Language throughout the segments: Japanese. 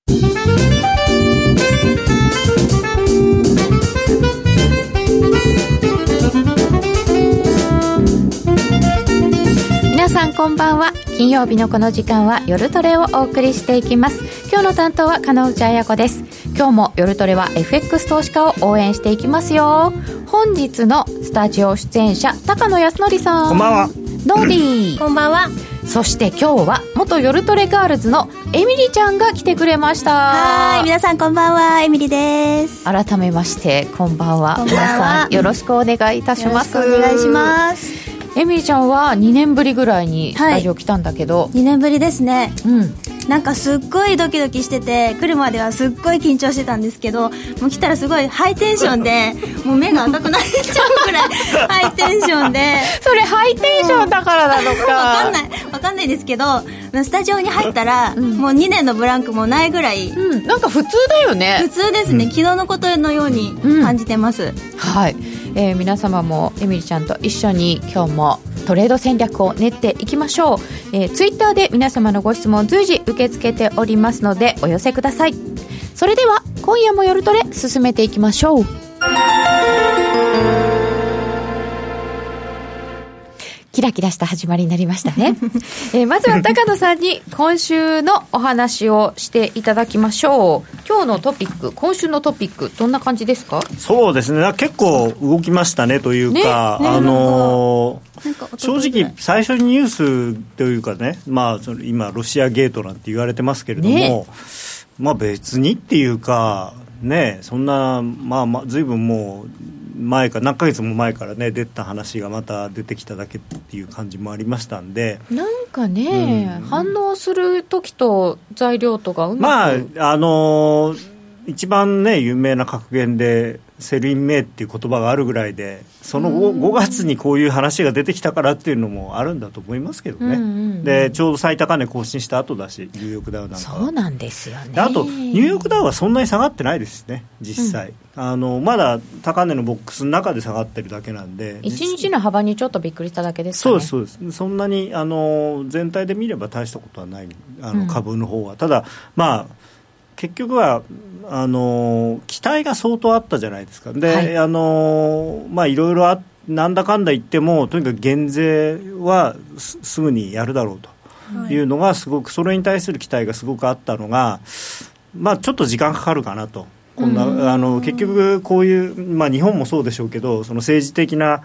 皆さんこんばんは。金曜日のこの時間は夜トレをお送りしていきます。今日の担当は金内彩子です。今日も夜トレは FX 投資家を応援していきますよ。本日のスタジオ出演者、高野康則さん、 こんばんは。 ノーディー、 こんばんは。 そして今日は元夜トレガールズのエミリちゃんが来てくれました。 はい、皆さんこんばんは、エミリです。 改めましてこんばんは。 こんばんは。 皆さんよろしくお願いいたします。 よろしくお願いします。 エミリちゃんは2年ぶりぐらいにスタジオ来たんだけど、 2年ぶりですね。 うんなんかすっごいドキドキしてて、来るまではすっごい緊張してたんですけど、もう来たらすごいハイテンションでもう目が赤くなっちゃうくらいハイテンションでそれハイテンションだからなのかわかんないですけど、スタジオに入ったら、もう2年のブランクもないぐらい、 なんか普通だよね。 普通ですね、昨日のことのように感じてます、 はい、皆様もエミリちゃんと一緒に今日もトレード戦略を練っていきましょう。ツイッターで皆様のご質問随時受け付けておりますのでお寄せください。それでは今夜も夜トレ進めていきましょう。キラキラした始まりになりましたね。まずは高野さんに今週のお話をしていただきましょう。今日のトピック、今週のトピックどんな感じですか？ そうですね、結構動きましたねというか、正直最初にニュースというかね、今ロシアゲートなんて言われてますけれども、別にっていうかね、そんな随分もう前か何ヶ月も前からね出た話がまた出てきただけっていう感じもありましたんで、 なんかね、反応する時と材料とかうまく、 一番ね有名な格言でセルインメイっていう言葉があるぐらいで、その5月にこういう話が出てきたからっていうのもあるんだと思いますけどね、でちょうど最高値更新した後だし、ニューヨークダウなんかはそうなんですよね。 であとニューヨークダウはそんなに下がってないですね実際、まだ高値のボックスの中で下がってるだけなんで、 1日の幅にちょっとびっくりしただけですかね。 そうです。そんなに全体で見れば大したことはない、株の方は。ただ結局は期待が相当あったじゃないですか。で、はい、いろいろなんだかんだ言ってもとにかく減税はすぐにやるだろうというのがすごく、それに対する期待がすごくあったのが、ちょっと時間かかるかなと。こんな結局こういう、日本もそうでしょうけど、その政治的な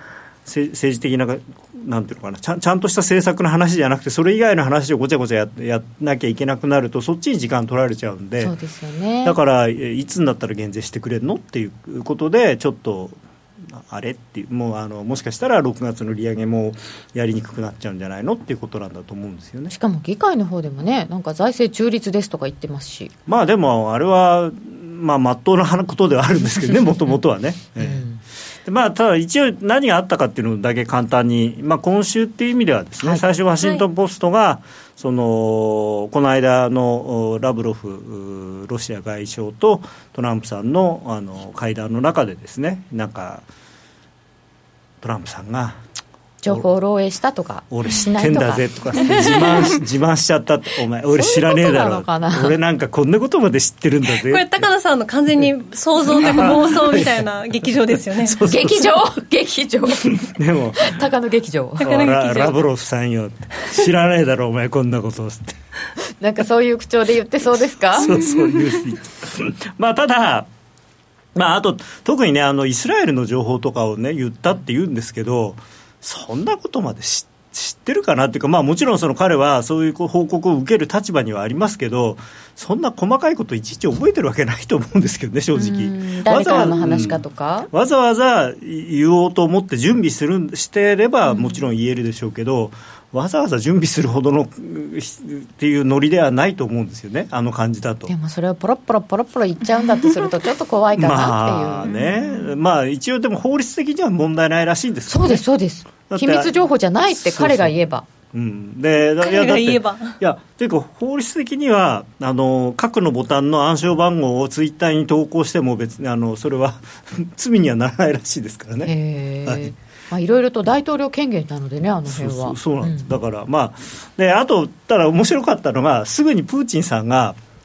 なんていうのかな、ちゃんとした政策の話じゃなくて、それ以外の話をごちゃごちゃやなきゃいけなくなると、そっちに時間取られちゃうんで、 そうですよね。だからいつになったら減税してくれるのっていうことで、ちょっとあれっていう、もしかしたら6月の利上げもやりにくくなっちゃうんじゃないのっていうことなんだと思うんですよね。しかも議会の方でもね、なんか財政中立ですとか言ってますし、 でもあれは真っ当なことではあるんですけどねもともとはね、ただ一応何があったかっていうのだけ簡単に、今週っていう意味ではですね、はい、最初ワシントンポストが、この間のラブロフロシア外相とトランプさんの、会談の中でですね、なんかトランプさんが情報漏洩したとか、 俺知ってんだぜとか自慢しちゃったって、お前俺知らねえだろ、俺なんかこんなことまで知ってるんだぜ。これ高野さんの完全に想像というか妄想みたいな劇場ですよね。 劇場でも高野劇場ラブロフさんよって知らねえだろお前こんなことってなんかそういう口調で言ってそうですか？ そういうただあと特にねイスラエルの情報とかをね言ったって言うんですけど、そんなことまで知ってるかなっていうか、もちろんその彼はそういう報告を受ける立場にはありますけど、そんな細かいこといちいち覚えてるわけないと思うんですけどね、正直。 誰からの話かとか、 わざわざ言おうと思って準備してればもちろん言えるでしょうけど、わざわざ準備するほどのっていうノリではないと思うんですよね、あの感じだと。 でもそれをポロポロ言っちゃうんだとするとちょっと怖いかなっていう一応でも法律的には問題ないらしいんですけどね。 そうです機密情報じゃないって彼が言えば、 彼が言えばというか法律的には核のボタンの暗証番号をツイッターに投稿しても別にそれは罪にはならないらしいですからね。 いろいろと大統領権限なのでね、あの辺は。 そうなんです、だからであとただ面白かったのが、すぐにプーチンさんが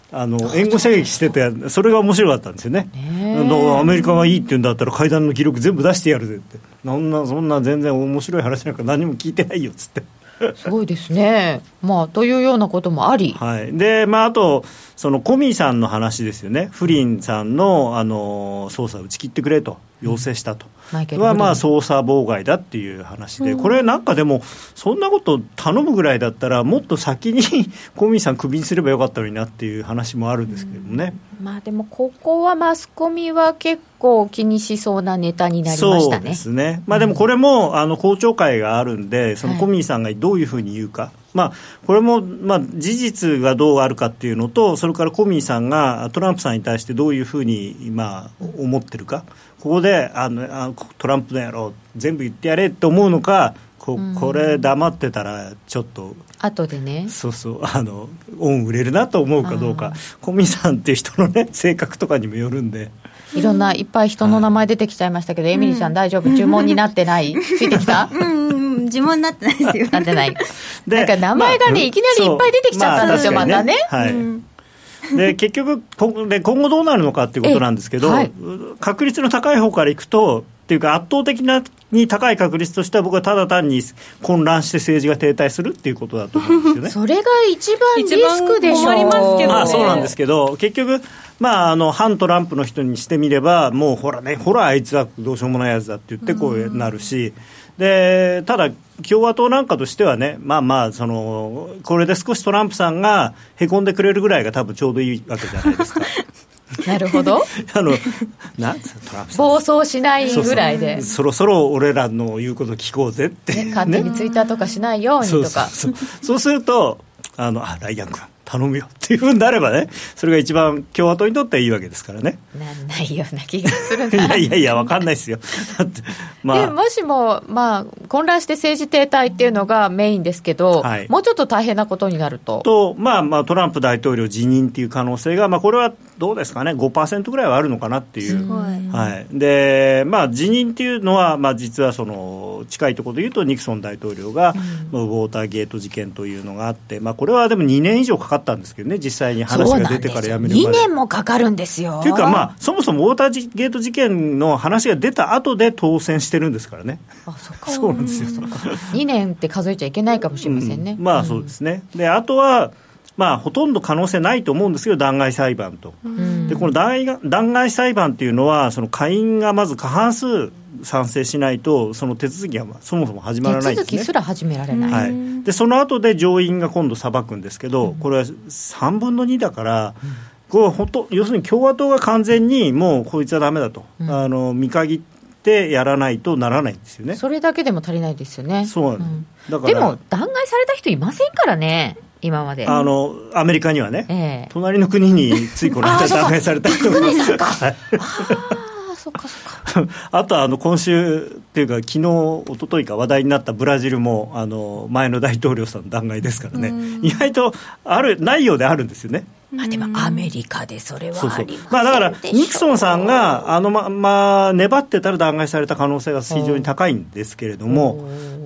援護射撃してて、それが面白かったんですよね。アメリカがいいって言うんだったら会談の記録全部出してやるぜって、そんな全然面白い話なんか何も聞いてないよっつってすごいですね、というようなこともあり、 はい、であとそのコミーさんの話ですよね。フリンさんの、捜査を打ち切ってくれと要請したと、は捜査妨害だっていう話で、これなんかでもそんなこと頼むぐらいだったらもっと先にコミーさんクビにすればよかったのになっていう話もあるんですけどもね。 でもここはマスコミは結構気にしそうなネタになりましたね。 そうですね、でもこれも公聴会があるんで、そのコミーさんがどういうふうに言うか、これも事実がどうあるかっていうのと、それからコミーさんがトランプさんに対してどういうふうに思ってるか、ここでトランプの野郎全部言ってやれって思うのか、これ黙ってたらちょっと後でね、 恩売れるなと思うかどうか、コミさんっていう人のね性格とかにもよるんで、 いろんないっぱい人の名前出てきちゃいましたけど、エミリーさん大丈夫？呪文になってない？ついてきた？ 呪文になってないですよ。 なってない。なんか名前がね、いきなりいっぱい出てきちゃったんですよ、またね。 で結局今後どうなるのかっていうことなんですけど、確率の高い方からいくとっていうか、圧倒的に高い確率としては僕はただ単に混乱して政治が停滞するっていうことだと思うんですよね。 それが一番リスクでしょう。 困りますけどね。 そうなんですけど、結局反トランプの人にしてみればもうほらあいつはどうしようもないやつだって言ってこうなるし、でただ共和党なんかとしてはね、これで少しトランプさんがへこんでくれるぐらいが多分ちょうどいいわけじゃないですか。 なるほど。 トランプさん暴走しないぐらいで、 そろそろ俺らの言うこと聞こうぜって、 勝手にツイッターとかしないようにとか、 そうするとライアン君頼むよっていうふうになればね、それが一番共和党にとってはいいわけですからね。 なんないような気がするな。 いや分かんないですよ。だってでもしも、混乱して政治停滞っていうのがメインですけど、もうちょっと大変なことになるとトランプ大統領辞任っていう可能性が、これはどうですかね、 5% ぐらいはあるのかなっていう。で辞任っていうのは、実はその近いところで言うとニクソン大統領が、ウォーターゲート事件というのがあって、これはでも2年以上かかったんですけどね、実際に話が出てからやめるまで。 2年もかかるんですよ。 というか、そもそもウォーターゲート事件の話が出た後で当選してるんですからね。そうなんですよ。 2年って数えちゃいけないかもしれませんね。 そうですね。であとはほとんど可能性ないと思うんですけど、弾劾裁判と、でこの弾劾裁判っていうのは、その下院がまず過半数賛成しないとその手続きがそもそも始まらないんですね。 手続きすら始められない、 でその後で上院が今度裁くんですけど、これは3分の2だから、これ要するに共和党が完全にもうこいつはダメだと、見限ってやらないとならないんですよね。 それだけでも足りないですよね。 そうなんです、だからでも弾劾された人いませんからね、今まで。 アメリカにはね、隣の国についこの間弾劾された人がいます。 そっかあと今週っていうか昨日一昨日か話題になったブラジルも前の大統領さんの弾劾ですからね、意外とないようであるんですよね。 でもアメリカでそれはありませんでしょう。 だからニクソンさんが粘ってたら弾劾された可能性が非常に高いんですけれども、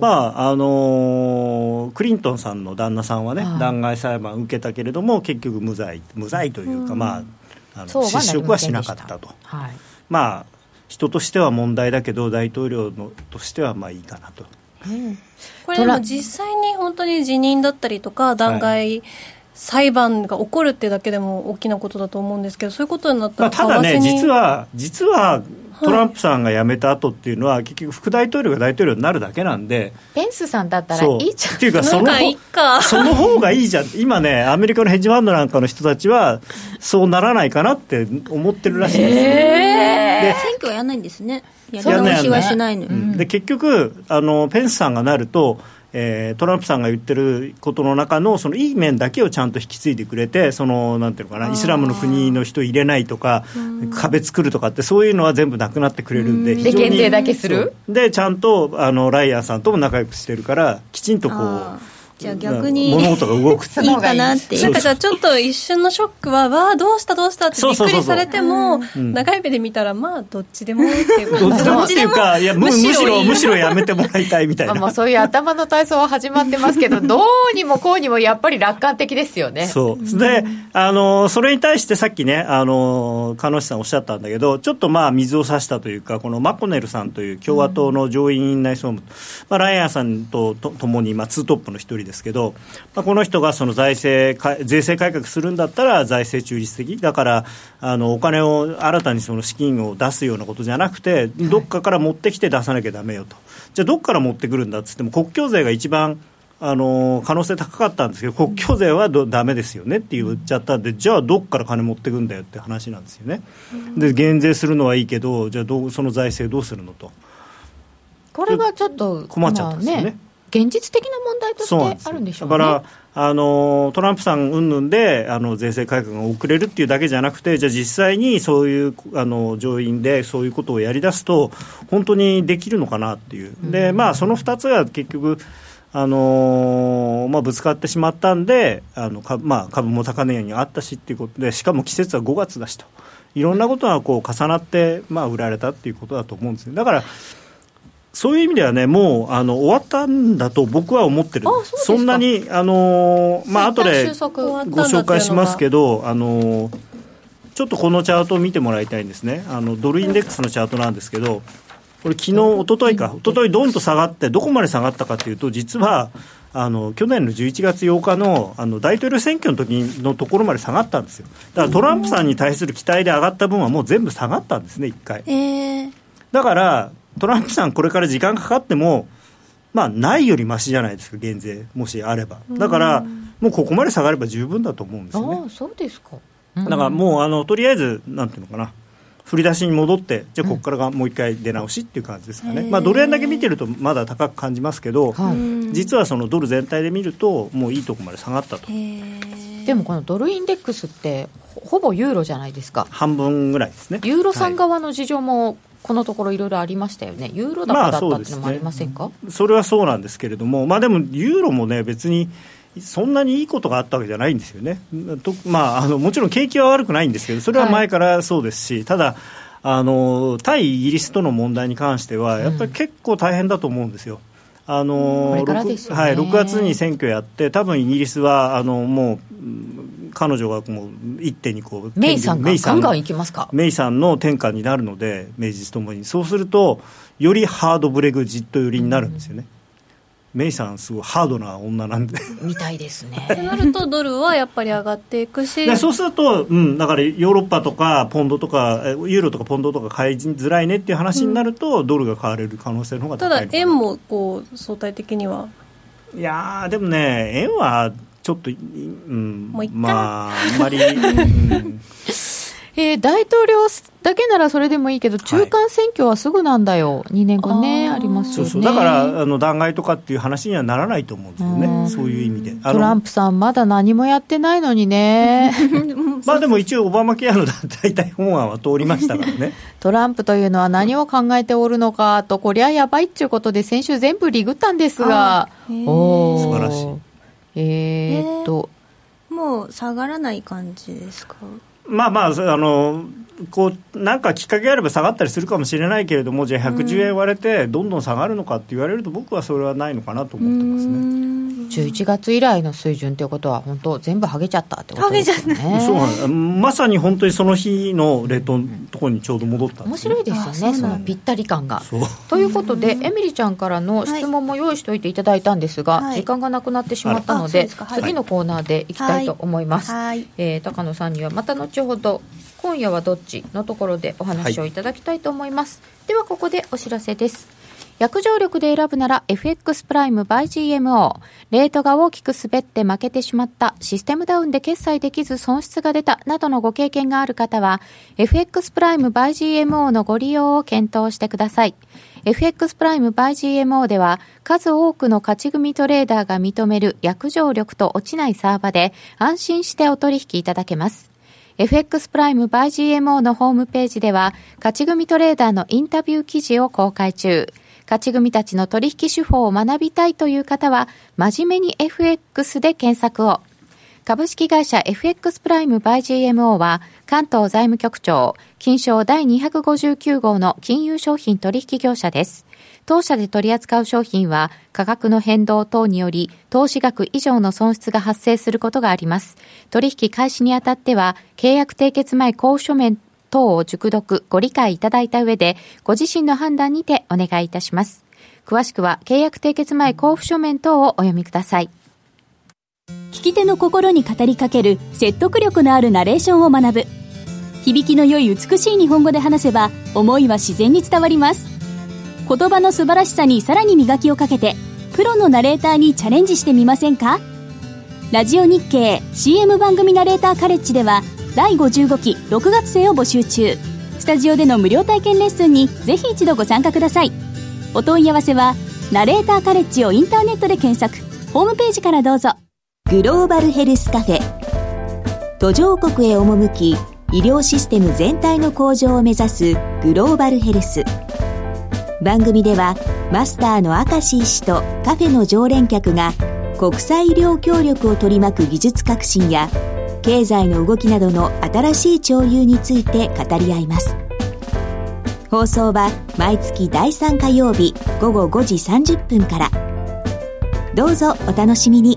クリントンさんの旦那さんはね、弾劾裁判を受けたけれども結局無罪というか、失職はしなかったと。人としては問題だけど大統領としてはいいかなと。 これでも実際に本当に辞任だったりとか弾劾裁判が起こるってだけでも大きなことだと思うんですけど、そういうことになったらただね、実はトランプさんが辞めた後っていうのは、結局副大統領が大統領になるだけなんで、 ペンスさんだったらいいじゃんっていうかその方がいいじゃん。今ね、アメリカのヘッジファンドなんかの人たちはそうならないかなって思ってるらしいんですよ。 で選挙はやらないんですね。やり直しはしないの。 で結局ペンスさんがなると、トランプさんが言ってることの中のそのいい面だけをちゃんと引き継いでくれて、なんていうのかな、イスラムの国の人入れないとか壁作るとかって、そういうのは全部なくなってくれるんで、 で減税だけするでちゃんとライアンさんとも仲良くしてるから、きちんとじゃあ逆に物事が動くいいかなっていう。 なんかじゃあちょっと一瞬のショックはわあどうしたどうしたってびっくりされても、長い目で見たらまあどっちでもっていうか、 どっちでもっていうか、いやむしろやめてもらいたいみたいな。 もうそういう頭の体操は始まってますけど、どうにもこうにもやっぱり楽観的ですよね。 そうで、それに対してさっきね、鹿野さんおっしゃったんだけど、ちょっとまあ水を差したというか、このマコネルさんという共和党の上院院内総務、ライアンさんと共にツートップの一人ですけど、この人がその税制改革するんだったら財政中立的だから、お金を新たにその資金を出すようなことじゃなくて、どっかから持ってきて出さなきゃダメよと。じゃあどっから持ってくるんだっつっても、国境税が一番可能性高かったんですけど、国境税はダメですよねって言っちゃったんで、じゃあどっから金持ってくんだよって話なんですよね。で減税するのはいいけど、じゃあその財政どうするのと。 これがちょっと困っちゃったんですよね。 現実的な問題としてあるんでしょうね。 だからトランプさん云々で税制改革が遅れるっていうだけじゃなくて、じゃあ実際にそういう上院でそういうことをやり出すと本当にできるのかなっていう。でその2つが結局ぶつかってしまったんで株も高値にあったしっていうことで、しかも季節は5月だしと、いろんなことがこう重なって売られたっていうことだと思うんですよ。だからそういう意味ではね、もう終わったんだと僕は思ってる。そんなに後でご紹介しますけど、ちょっとこのチャートを見てもらいたいんですね。ドルインデックスのチャートなんですけど、これ昨日一昨日ドンと下がって、どこまで下がったかというと、実は去年の11月8日の大統領選挙の時のところまで下がったんですよ。だからトランプさんに対する期待で上がった分はもう全部下がったんですね、一回。だからトランプさんこれから時間かかってもないよりマシじゃないですか、減税もしあれば。だからもうここまで下がれば十分だと思うんですよね。 そうですか。 だからもうとりあえずなんていうのかな、振り出しに戻って、じゃあここからがもう一回出直しっていう感じですかね。ドル円だけ見てるとまだ高く感じますけど、実はそのドル全体で見るともういいとこまで下がったと。 でもこのドルインデックスってほぼユーロじゃないですか。 半分ぐらいですね。 ユーロさん側の事情もこのところいろいろありましたよね。ユーロ高だったっていうのもありませんか。 それはそうなんですけれども、でもユーロもね、別にそんなにいいことがあったわけじゃないんですよね。もちろん景気は悪くないんですけど、それは前からそうですし、ただ対イギリスとの問題に関してはやっぱり結構大変だと思うんですよ。 これからですよね。 6月に選挙やって、多分イギリスはもう彼女がもう一手にこうメイさんがガンガンいきますか。 メイさんの転換になるので、名実ともにそうするとよりハードブレグジット寄りになるんですよね。メイさんすごいハードな女なんでみたいですね。 ってなるとドルはやっぱり上がっていくし、 そうすると、だからヨーロッパとかポンドとかユーロとかポンドとか買いづらいねっていう話になると、ドルが買われる可能性の方が高いのかな。 ただ円もこう相対的には、 いやでもね、円はちょっと、 もう一回あんまり、 大統領だけならそれでもいいけど、中間選挙はすぐなんだよ、2年後ね、ありますよね。 だから弾劾とかっていう話にはならないと思うんですよね。そういう意味でトランプさんまだ何もやってないのにねでも一応オバマケアの大体法案は通りましたからねトランプというのは何を考えておるのかと、こりゃやばいっていうことで先週全部リグったんですが、 素晴らしい。 もう下がらない感じですか。 こうなんかきっかけがあれば下がったりするかもしれないけれども、じゃあ110円割れてどんどん下がるのかって言われると、僕はそれはないのかなと思ってますね。 11月以来の水準ということは本当全部ハゲちゃったってことですよね。 そうなんです。まさに本当にその日のレートのところにちょうど戻ったんですね。 面白いですよね、そのぴったり感が。ということでエミリちゃんからの質問も用意しておいていただいたんですが、時間がなくなってしまったので、次のコーナーでいきたいと思います。高野さんにはまた後ほど今夜はどっちのところでお話をいただきたいと思います。ではここでお知らせです。約定力で選ぶなら FX プライム by GMO。 レートが大きく滑って負けてしまった、システムダウンで決済できず損失が出たなどのご経験がある方は FX プライム by GMO のご利用を検討してください。 FX プライム by GMO では数多くの勝ち組トレーダーが認める約定力と落ちないサーバで安心してお取引いただけます。FX プライム by GMO のホームページでは勝ち組トレーダーのインタビュー記事を公開中。 勝ち組たちの取引手法を学びたいという方は、真面目に FX で検索を。株式会社 FX プライム by GMO は、関東財務局長、金商第259号の金融商品取引業者です。当社で取り扱う商品は価格の変動等により投資額以上の損失が発生することがあります。取引開始にあたっては契約締結前交付書面等を熟読ご理解いただいた上でご自身の判断にてお願いいたします。詳しくは契約締結前交付書面等をお読みください。 聞き手の心に語りかける説得力のあるナレーションを学ぶ。響きの良い美しい日本語で話せば思いは自然に伝わります。言葉の素晴らしさにさらに磨きをかけてプロのナレーターにチャレンジしてみませんか。ラジオ日経 CM 番組ナレーターカレッジでは第55期6月生を募集中。スタジオでの無料体験レッスンにぜひ一度ご参加ください。お問い合わせはナレーターカレッジをインターネットで検索、ホームページからどうぞ。 グローバルヘルスカフェ。途上国へ赴き医療システム全体の向上を目指すグローバルヘルス。番組ではマスターの明石医師とカフェの常連客が国際医療協力を取り巻く技術革新や経済の動きなどの新しい潮流について語り合います。放送は毎月第3火曜日午後5時30分から。どうぞお楽しみに。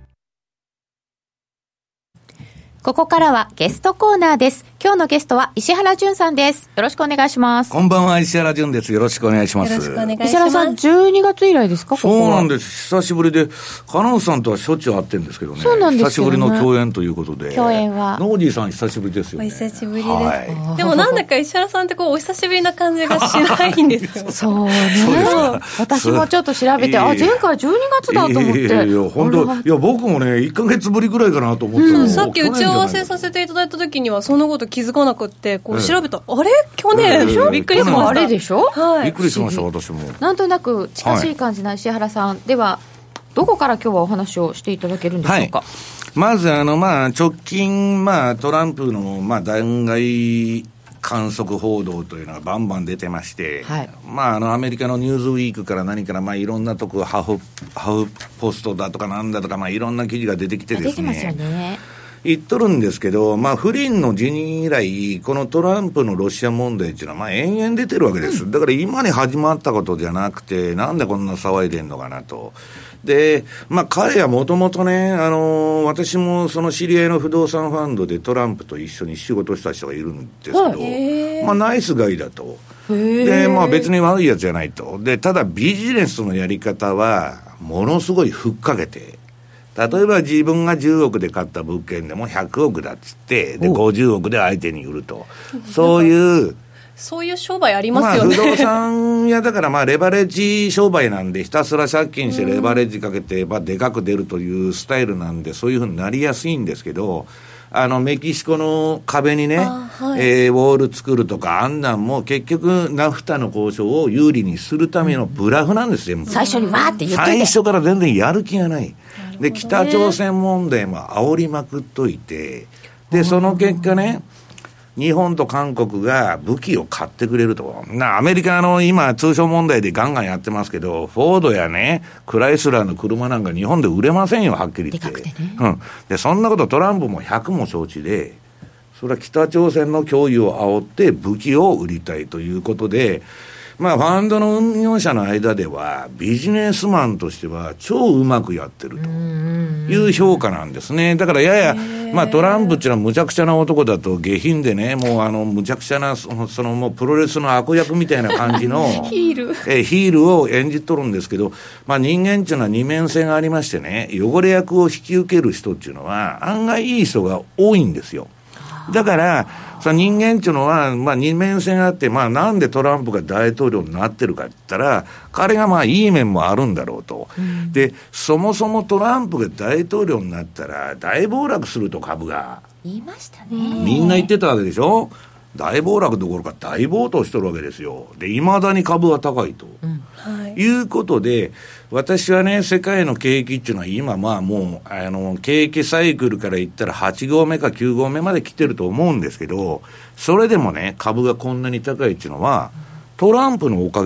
ここからはゲストコーナーです。今日のゲストは石原淳さんです。よろしくお願いします。 こんばんは、石原淳です。よろしくお願いします。 よろしくお願いします。 石原さん、12月以来ですか？ そうなんです。久しぶりで、金尾さんとはしょっちゅう会ってるんですけどね。 そうなんですよね。 久しぶりの共演ということで。 共演は。 ノージーさん久しぶりですよね。 お久しぶりです。はい、でもなんだか石原さんってこうお久しぶりな感じがしないんですよ。 そうね。私もちょっと調べて、前回12月だと思って。 いや本当、いや僕もね1ヶ月ぶりぐらいかなと思って、 さっき打ち合わせさせていただいた時にはそんなこと気づかなくってこう調べた、あれ去年、びっくりしました。 あれでしょ、 はい、びっくりしました。私もなんとなく近しい感じな石原さん、ではどこから今日はお話をしていただけるんでしょうか？ まず直近、トランプの、弾劾観測報道というのがバンバン出てまして、アメリカのニューズウィークから何から、いろんなとこハフポストだとかなんだとか、いろんな記事が出てきてですね、 出てますよね。 言っとるんですけど、不倫の辞任以来、このトランプのロシア問題っていうのは、延々出てるわけです。だから今に始まったことじゃなくて、なんでこんな騒いでんのかなと。で、彼はもともとね、私もその知り合いの不動産ファンドでトランプと一緒に仕事した人がいるんですけど、ナイスガイだと。で、別に悪いやつじゃないと。で、ただビジネスのやり方は、ものすごいふっかけて、例えば自分が10億で買った物件でも100億だっつって、で、50億で相手に売ると。そういう商売ありますよね。 不動産屋だからレバレッジ商売なんでひたすら借金してレバレッジかけてでかく出るというスタイルなんでそういうふうになりやすいんですけど、メキシコの壁にね、ウォール作るとかあんなんも結局ナフタの交渉を有利にするためのブラフなんですよ。 最初にわーって言って最初から全然やる気がない。で北朝鮮問題も煽りまくっといて、でその結果ね、日本と韓国が武器を買ってくれると。アメリカの今通商問題でガンガンやってますけど、フォードやね、クライスラーの車なんか日本で売れませんよ、はっきり言って。でかくてね。で、そんなことトランプも100も承知で、それは北朝鮮の脅威を煽って武器を売りたいということで、ファンドの運用者の間ではビジネスマンとしては超うまくやってるという評価なんですね。だからやや、トランプっていうのはむちゃくちゃな男だと下品でね、もうむちゃくちゃなそのもうプロレスの悪役みたいな感じのヒールを演じとるんですけど、人間っていうのは二面性がありましてね、汚れ役を引き受ける人っていうのは案外いい人が多いんですよ。だからその人間っていうのは、二面性があって、なんでトランプが大統領になってるかって言ったら、彼がいい面もあるんだろうと。で、そもそもトランプが大統領になったら大暴落すると、株が。 言いましたね。 みんな言ってたわけでしょ。大暴落どころか大暴騰してるわけですよ。で、未だに株は高いと。いうことで、私はね、世界の景気っていうのは今もう景気サイクルから言ったら8合目か9合目まで来てると思うんですけど、それでもね、株がこんなに高いっていうのはトランプのおかげと。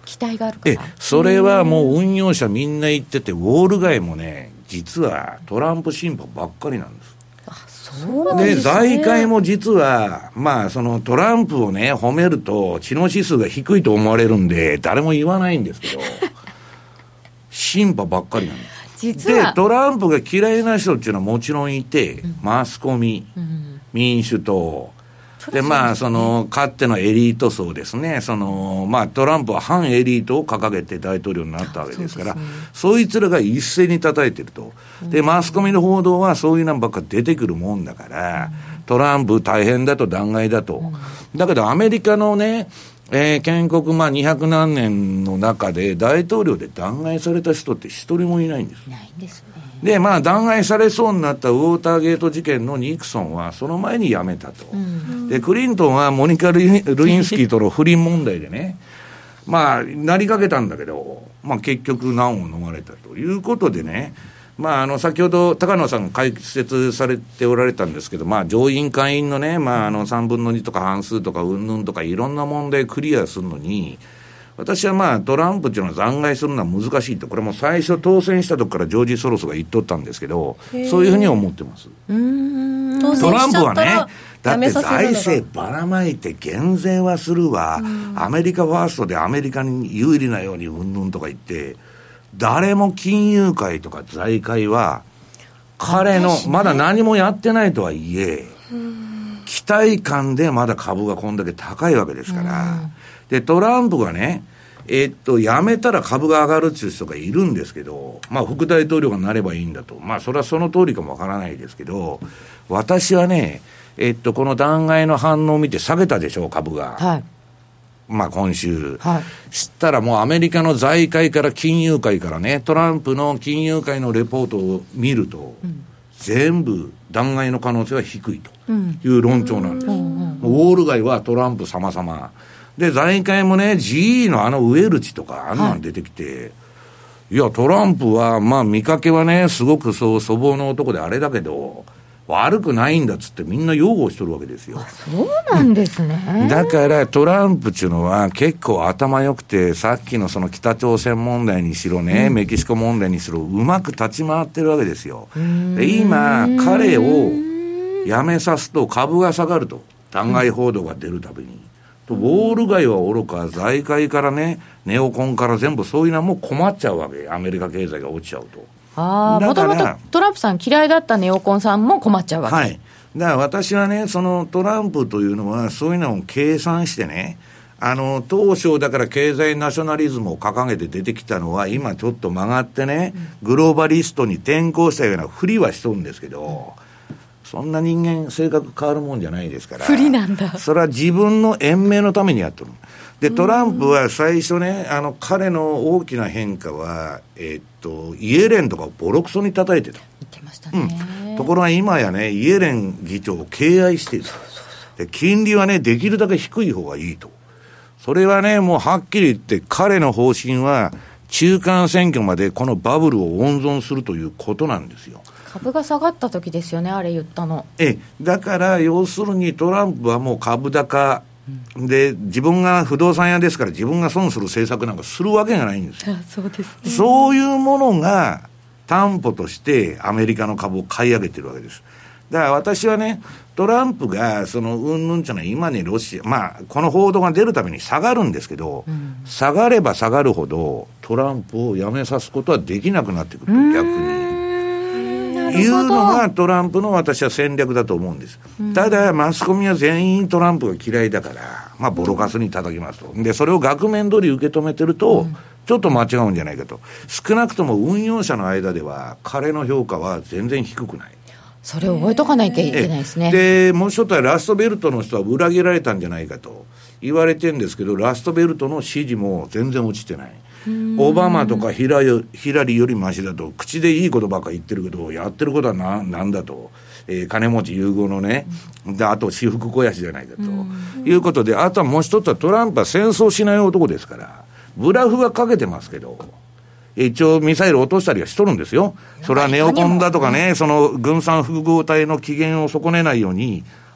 期待があるから。 それはもう運用者みんな言ってて、ウォール街もね、実はトランプシンパばっかりなんです。 そうなんですね。 で、財界も実は、まあ、そのトランプをね、褒めると、知能指数が低いと思われるんで、誰も言わないんですけど、シンパばっかりなんです。 実はで、トランプが嫌いな人っていうのはもちろんいて、マスコミ、民主党、で、まあ、その、かつてのエリート層ですね。その、まあ、トランプは反エリートを掲げて大統領になったわけですから、そいつらが一斉に叩いてると。で、マスコミの報道はそういうのばっか出てくるもんだから、トランプ大変だと、弾劾だと。だけど、アメリカのね、建国、まあ、200何年の中で、大統領で弾劾された人って一人もいないんです。 ないんですね。 で、まあ、弾劾されそうになったウォーターゲート事件のニクソンは、その前に辞めたと。で、クリントンはモニカ・ルインスキーとの不倫問題でね、まあ、なりかけたんだけど、まあ、結局難を逃れたということでね、まあ、先ほど高野さんが解説されておられたんですけど、まあ、上院下院のね、まあ、3分の2とか半数とかうんぬんとかいろんな問題クリアするのに、私はまあトランプっていうのは弾劾するのは難しいと、これも最初当選した時からジョージ・ソロスが言っとったんですけど、そういうふうに思ってます。トランプはね、だって財政ばらまいて減税はするわ、アメリカファーストでアメリカに有利なようにうんぬんとか言って、誰も金融界とか財界は彼のまだ何もやってないとはいえ、期待感でまだ株がこんだけ高いわけですから。で、トランプがね、辞めたら株が上がるっていう人がいるんですけど、まあ、副大統領がなればいいんだと。まあ、それはその通りかもわからないですけど、私はね、この弾劾の反応を見て下げたでしょう、株が。 はい。 まあ、今週。したらもうアメリカの財界から金融界からね、トランプの金融界のレポートを見ると、全部弾劾の可能性は低いという論調なんです。ウォール街はトランプ様々。で、財界もね、GE のウェルチとか、あんなん出てきて、いや、トランプは、まあ、見かけはね、すごく粗暴な男であれだけど、悪くないんだっつってみんな擁護しとるわけですよ。 そうなんですね。 だからトランプっていうのは結構頭良くて、さっきのその北朝鮮問題にしろね、メキシコ問題にしろ、うまく立ち回ってるわけですよ。で、今、彼を辞めさすと株が下がると。弾劾報道が出るたびに。ウォール街は愚か、財界からね、ネオコンから全部そういうのはもう困っちゃうわけ。アメリカ経済が落ちちゃうと。 もともとトランプさん嫌いだったネオコンさんも困っちゃうわけ。 はい。だから私はね、そのトランプというのはそういうのを計算してね、当初だから経済ナショナリズムを掲げて出てきたのは今ちょっと曲がってね、グローバリストに転向したようなふりはしとるんですけど、そんな人間性格変わるもんじゃないですから。 不利なんだ。 それは自分の延命のためにやってる。で、トランプは最初ね、彼の大きな変化は、イエレンとかをボロクソに叩いてた。 言ってましたね。 ところが今やね、イエレン議長を敬愛している。で、金利はね、できるだけ低い方がいいと。それはね、もうはっきり言って彼の方針は、中間選挙までこのバブルを温存するということなんですよ。 株が下がった時ですよね、あれ言ったの。 だから要するにトランプはもう株高で、自分が不動産屋ですから自分が損する政策なんかするわけがないんですよ。 そうですね。 そういうものが担保としてアメリカの株を買い上げてるわけです。だから私はね、トランプがそのうんぬんっていうのは今にロシア、まあこの報道が出るために下がるんですけど、下がれば下がるほどトランプをやめさすことはできなくなってくると、逆にいうのがトランプの私は戦略だと思うんです。ただマスコミは全員トランプが嫌いだから、まあボロカスに叩きますと。で、それを額面通り受け止めてると、ちょっと間違うんじゃないかと。少なくとも運用者の間では彼の評価は全然低くない。 それを覚えとかなきゃいけないですね。 で、もう一つはラストベルトの人は裏切られたんじゃないかと言われてるんですけど、ラストベルトの支持も全然落ちてない。オバマとかヒラリーよりマシだと、口でいいことばっか言ってるけど、やってることはなんだと、金持ち融合のね、で、あと私服肥やしじゃないかということで、あとはもう一つはトランプは戦争しない男ですから、ブラフはかけてますけど、一応ミサイル落としたりはしとるんですよ。それはネオコンだとかね、その軍産複合体の機嫌を損ねないように、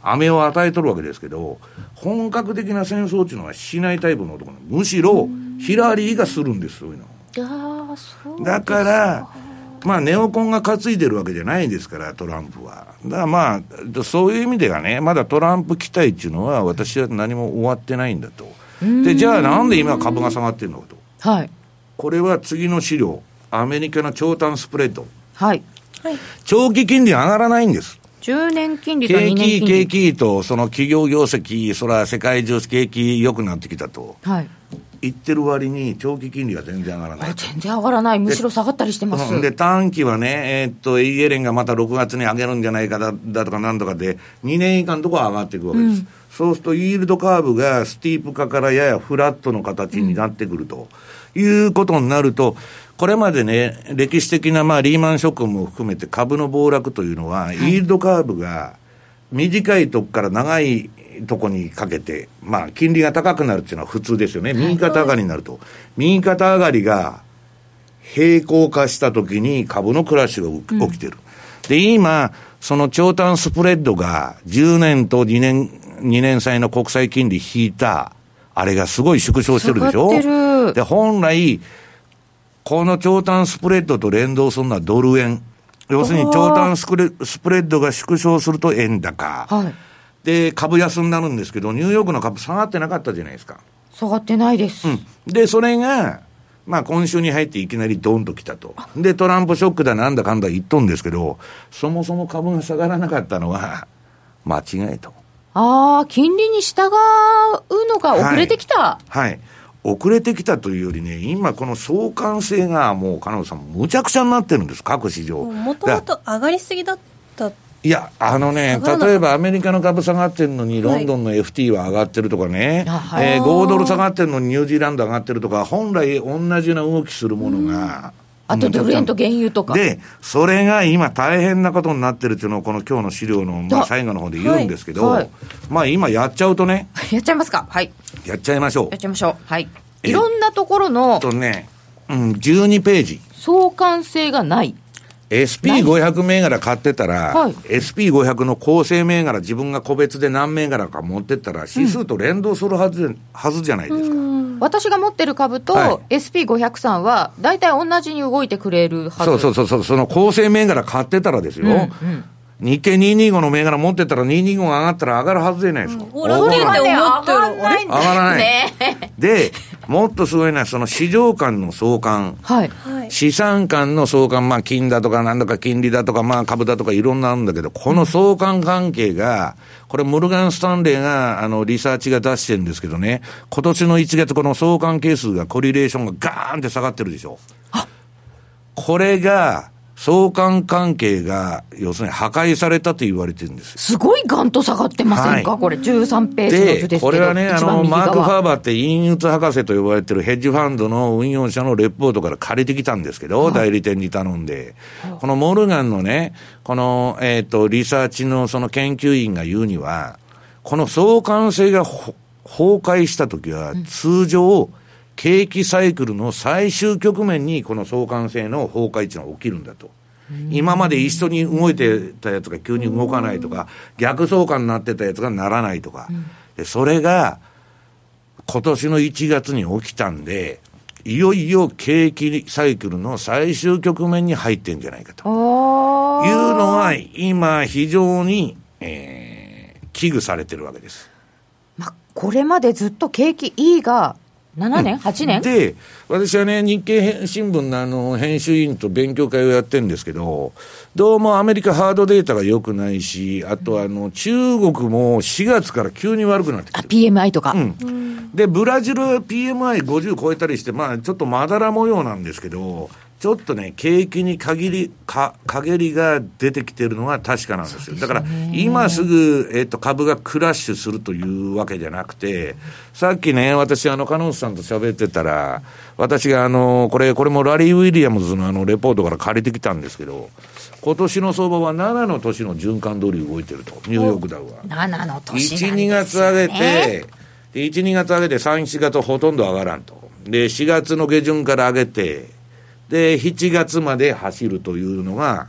飴を与えとるわけですけど、本格的な戦争っていうのはしないタイプの男なの。むしろヒラリーがするんです、そういうの。 そうだからまあネオコンが担いでるわけじゃないですから、トランプは。だからまあそういう意味ではね、まだトランプ期待っていうのは私は何も終わってないんだと。でじゃあなんで今株が下がってるのかと、 はい、これは次の資料、アメリカの長短スプレッド、 はいはい、 長期金利上がらないんです。 10年金利と2年金利、 景気とその企業業績、それは世界中景気良くなってきたと、はい、言ってる割に長期金利が全然上がらない。 全然上がらない、むしろ下がったりしてます。 で短期はね、イエレンがまた6月に上げるんじゃないかだとかなんとかで2年以下のところは上がっていくわけです、そうするとイールドカーブがスティープ化からややフラットの形になってくると、いうことになると、これまでね、歴史的なまあリーマンショックも含めて株の暴落というのは、イールドカーブが短いとこから長いとこにかけて、まあ金利が高くなるっていうのは普通ですよね。右肩上がりになると、右肩上がりが平行化したときに株のクラッシュが起きてる、で今その長短スプレッドが10年と2年債の国債金利引いたあれがすごい縮小してるでしょ。で本来この長短スプレッドと連動するのはドル円、要するに長短スプレッドが縮小すると円高、はい、で株安になるんですけど、ニューヨークの株下がってなかったじゃないですか。 下がってないです、 でそれがまあ今週に入っていきなりドンときたと。でトランプショックだなんだかんだ言っとんですけど、そもそも株が下がらなかったのは間違いと。 金利に従うのが遅れてきた、 はい、遅れてきたというよりね、今この相関性がもう金本さんむちゃくちゃになってるんです、各市場。 もともと上がりすぎだった。 いや例えばアメリカの株下がってるのにロンドンの FT は上がってるとかね、5ドル下がってるのにニュージーランド上がってるとか、本来同じような動きするものが、 あとドル円と原油とかで、それが今大変なことになってるっていうのをこの今日の資料のまあ最後の方で言うんですけど、まあ今やっちゃうとねやっちゃいますか。はい、 やっちゃいましょう。 はい、いろんなところの 12ページ相関性がない。 SP500 銘柄買ってたら、SP500 の構成銘柄自分が個別で何銘柄か持ってったら指数と連動するはずじゃないですか。 私が持ってる株と SP500 さんは大体同じに動いてくれるはず。 そうその構成銘柄買ってたらですよ、日経225の銘柄持ってたら225が上がったら上がるはずじゃないですか。 上がらない上がらないで、もっとすごいのはその市場間の相関、資産間の相関、まあ金だとかなんだか金利だとかまあ株だとかいろんなあるんだけど、この相関関係が、これモルガンスタンレーがリサーチが出してるんですけどね、今年の1月この相関係数がコリレーションがガーンって下がってるでしょ。これが相関関係が要するに破壊されたと言われてるんです。 すごいガンと下がってませんか、これ13ページの図ですけど。 これはね、マーク・ファーバーって陰鬱博士と呼ばれてるヘッジファンドの運用者のレポートから借りてきたんですけど、代理店に頼んで、このモルガンのね、このリサーチのその研究員が言うには、この相関性が崩壊したときは通常、景気サイクルの最終局面にこの相関性の崩壊っていうのは起きるんだと。今まで一緒に動いてたやつが急に動かないとか、逆相関になってたやつがならないとか、でそれが今年の1月に起きたんで、いよいよ景気サイクルの最終局面に入ってんじゃないかというのは今非常に、危惧されてるわけです。 これまでずっと景気いいが7年、8年で、私はね、日経新聞の編集員と勉強会をやってるんですけど、どうもアメリカハードデータが良くないし、あと中国も4月から急に悪くなってきてる。 PMI とか。 で、ブラジルは PMI50 超えたりして、まあちょっとまだら模様なんですけど、ちょっとね、景気に陰りが出てきてるのは確かなんですよ。だから、今すぐ、株がクラッシュするというわけじゃなくて、さっきね、私、金本さんと喋ってたら、私がこれもラリー・ウィリアムズのレポートから借りてきたんですけど、今年の相場は7の年の循環通り動いてると、ニューヨークダウは。 7の年なんですね。 1、2月上げて、1、2月上げて3、4月ほとんど上がらんと。で、4月の下旬から上げて、で、7月まで走るというのが、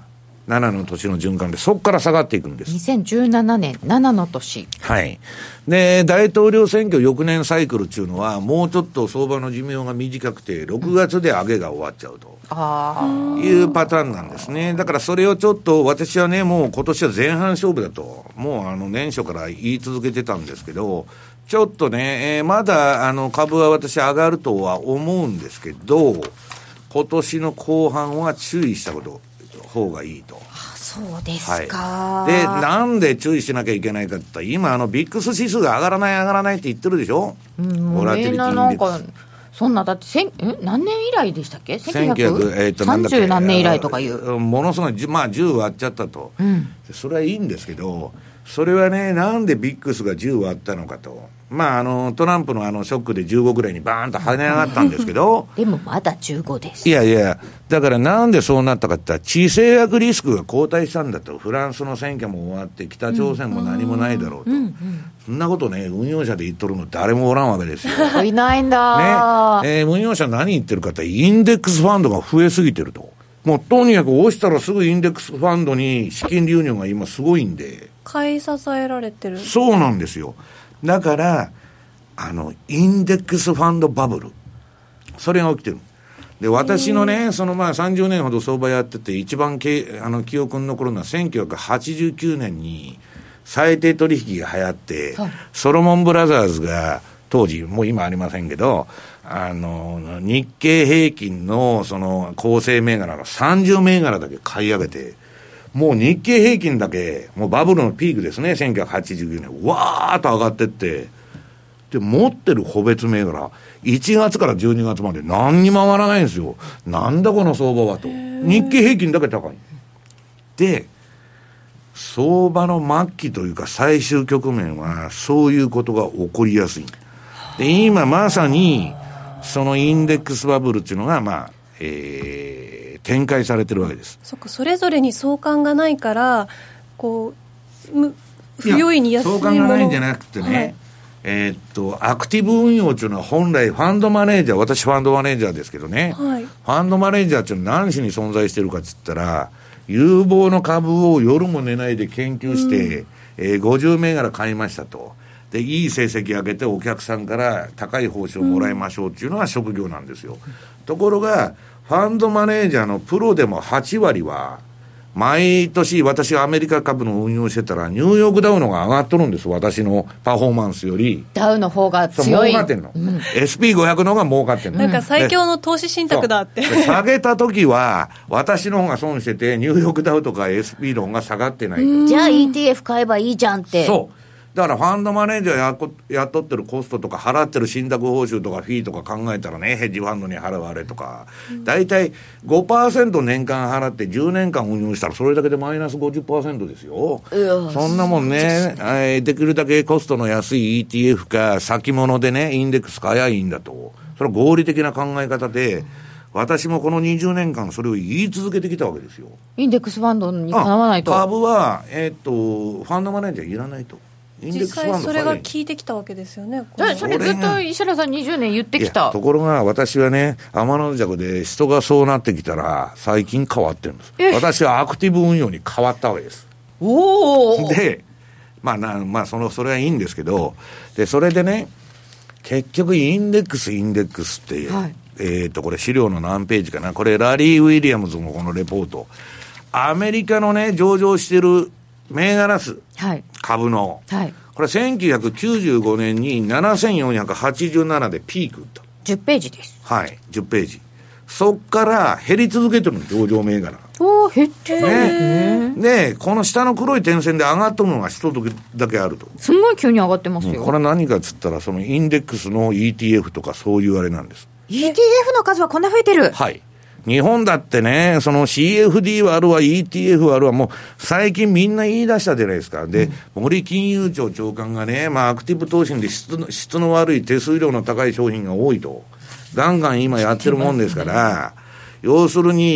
7の年の循環で、そこから下がっていくんです。 2017年7の年。 はい。で、大統領選挙翌年サイクルっていうのは、もうちょっと相場の寿命が短くて、6月で上げが終わっちゃうと。いうパターンなんですね。だからそれをちょっと私はね、もう今年は前半勝負だと、もう年初から言い続けてたんですけど、ちょっとね、まだ株は私上がるとは思うんですけど、今年の後半は注意した方がいいと。 そうですか、 はい、で、なんで注意しなきゃいけないかって言ったら、今ビックス指数が上がらないって言ってるでしょ。ボラティリティインデックス。 そんな、だって何年以来でしたっけ。 1930 何年以来とかいう、 ものすごい、10割っちゃったと、それはいいんですけど、それはね、なんでビックスが10割ったのかと。トランプのショックで15ぐらいにバーンと跳ね上がったんですけどでもまだ15です。 いやだからなんでそうなったかって言ったら、地政学リスクが後退したんだと。フランスの選挙も終わって北朝鮮も何もないだろうと、そんなことね、運用者で言っとるの誰もおらんわけですよいないんだ、 ね。運用者何言ってるかって、インデックスファンドが増えすぎてると。もうとにかく押したらすぐインデックスファンドに資金流入が今すごいんで、 買い支えられてる。 そうなんですよ。だからインデックスファンドバブル、それが起きてる。で、私のね、30年ほど相場やってて、一番記憶に残るのは1989年に最低取引が流行って、ソロモンブラザーズが当時、もう今ありませんけど、日経平均の構成銘柄の30銘柄だけ買い上げて、もう日経平均だけ、もうバブルのピークですね、1989年、わーっと上がってって、で、持ってる個別銘柄、1月から12月まで何にも上がらないんですよ。なんだこの相場はと。日経平均だけ高い。で、相場の末期というか最終局面は、そういうことが起こりやすい。で、今まさに、そのインデックスバブルっていうのが、展開されてるわけです。 そっか、それぞれに相関がないから不用意に安いもの、 相関がないんじゃなくてね、アクティブ運用っていうのは本来ファンドマネージャー、私ファンドマネージャーですけどね、ファンドマネージャーっていうのは何しに存在してるかって言ったら、有望の株を夜も寝ないで研究して、50銘柄買いましたと。で、いい成績上げてお客さんから高い報酬をもらいましょうっていうのが職業なんですよ。ところがファンドマネージャーのプロでも8割は毎年、私はアメリカ株の運用してたらニューヨークダウのが上がっとるんです。私のパフォーマンスよりダウの方が強い。 儲かってんの、SP500 の方が儲かってんの。 なんか最強の投資信託だって下げた時は私の方が損してて、ニューヨークダウとか SP の方が下がってないと。 じゃあ ETF 買えばいいじゃんって。 そうだからファンドマネージャーやっとってるコストとか払ってる信託報酬とかフィーとか考えたらね、ヘッジファンドに払われとか、だいたい 5% 年間払って10年間運用したらそれだけでマイナス 50% ですよ。そんなもんね、できるだけコストの安い ETF か先物でね、インデックス買えばいいんだと。それは合理的な考え方で、私もこの20年間それを言い続けてきたわけですよ。 インデックスファンドにかなわないと。 株は、ファンドマネージャーいらないと。 実際それが効いてきたわけですよね。 それずっと石原さん20年言ってきた。 ところが私はね、天の弱で人がそうなってきたら最近変わってるんです。私はアクティブ運用に変わったわけです。で、それはいいんですけど、でそれでね、結局インデックスっていう、これ資料の何ページかな、これラリー・ウィリアムズのこのレポート、アメリカのね上場してる銘柄数、株の、これ1995年に7487でピークと。 10ページです。 はい、10ページ。そっから減り続けてるの、上場銘柄。 減ってるね。 で、この下の黒い点線で上がったのが一時だけあると。 すごい急に上がってますよ。 これは何かっつったら、そのインデックスの ETF とかそういうあれなんです。 ETF の数はこんな増えてる。 はい。日本だってね、その CFD はあるわ、ETF はあるわ、もう最近みんな言い出したじゃないですか。で、森金融庁長官がね、アクティブ投資で質の悪い手数料の高い商品が多いと。ガンガン今やってるもんですから、要するに、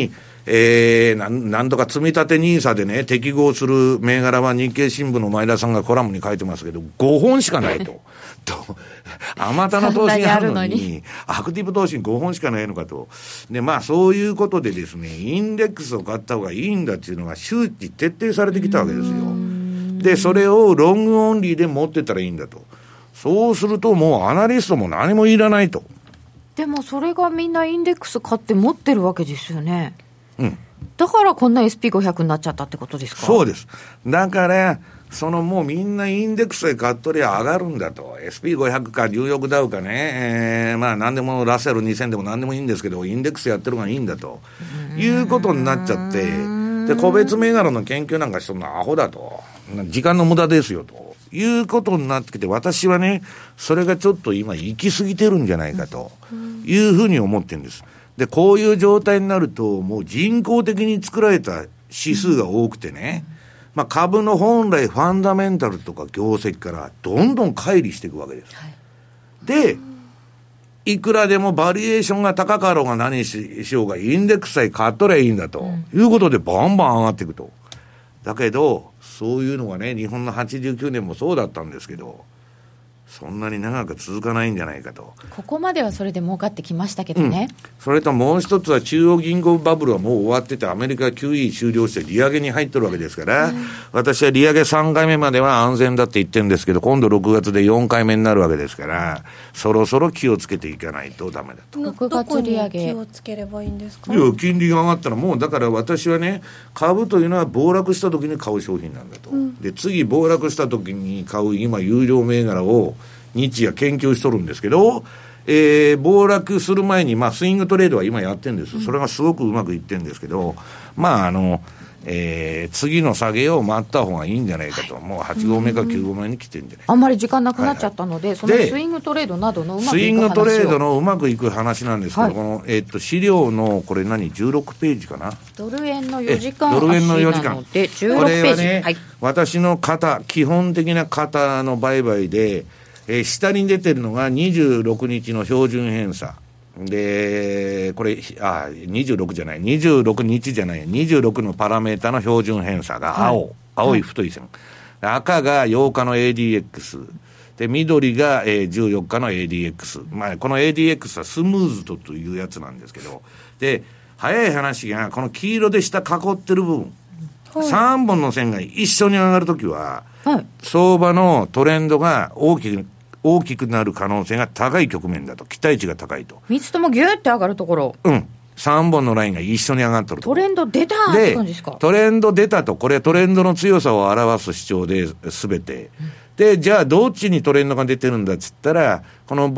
なんとか積み立て NISA でね、適合する銘柄は日経新聞の前田さんがコラムに書いてますけど、5本しかないと。あまたの投資があるのに、アクティブ投資に5本しかないのかと。で、まあそういうことでですね、インデックスを買った方がいいんだっていうのが周知徹底されてきたわけですよ。で、それをロングオンリーで持ってたらいいんだと。そうするともうアナリストも何もいらないと。 でもそれがみんなインデックス買って持ってるわけですよね。 うん。 だからこんな SP500 になっちゃったってことですか？ そうです。だから、もうみんなインデックスで買っとりゃ上がるんだと。SP500 かニューヨークダウかね、まあ何でもラッセル2000でも何でもいいんですけど、インデックスやってるのがいいんだと。いうことになっちゃって、で、個別銘柄の研究なんかしとるのはアホだと。時間の無駄ですよと。いうことになってきて、私はね、それがちょっと今行き過ぎてるんじゃないかというふうに思ってるんです。で、こういう状態になると、もう人工的に作られた指数が多くてね、まあ株の本来ファンダメンタルとか業績からどんどん乖離していくわけです。はい、で、いくらでもバリエーションが高かろうが何しようがインデックスさえ買っとりゃいいんだと、いうことでバンバン上がっていくと。だけど、そういうのがね、日本の89年もそうだったんですけど、そんなに長く続かないんじゃないかと。 ここまではそれで儲かってきましたけどね、 それともう一つは中央銀行バブルはもう終わってて、アメリカ QE 終了して利上げに入ってるわけですから、私は利上げ3回目までは安全だって言ってるんですけど、今度6月で4回目になるわけですから、そろそろ気をつけていかないとダメだと。 6月利上げ気をつければいいんですか？ いや、金利が上がったらもう、だから私はね、株というのは暴落した時に買う商品なんだと、で次暴落した時に買う今有料銘柄を日夜研究しとるんですけど、暴落する前に、まあ、スイングトレードは今やってるんです。それがすごくうまくいってるんですけど、まあ次の下げを待った方がいいんじゃないかと、もう8合目か9合目に来てるんじゃないか。 あんまり時間なくなっちゃったので、そのスイングトレードなどのうまくいく話を。 スイングトレードのうまくいく話なんですけど、この、資料のこれ16ページかな。 ドル円の4時間ドル円の4時間なので16ページ、 ね、私の基本的な型の売買で、下に出てるのが26日の標準偏差。で、これ、26じゃない、26日じゃない、26のパラメータの標準偏差が青い太い線。赤が8日の ADX。で、緑が、14日の ADX。まあ、この ADX はスムーズというやつなんですけど、で、早い話が、この黄色で下囲ってる部分、3本の線が一緒に上がるときは、相場のトレンドが大きくなる可能性が高い局面だと、期待値が高いと。 3つともギューって上がるところ。 3本のラインが一緒に上がってると。 トレンド出たって感じですか？ トレンド出たと、これトレンドの強さを表す主張で全て。で、じゃあどっちにトレンドが出てるんだっつったら、この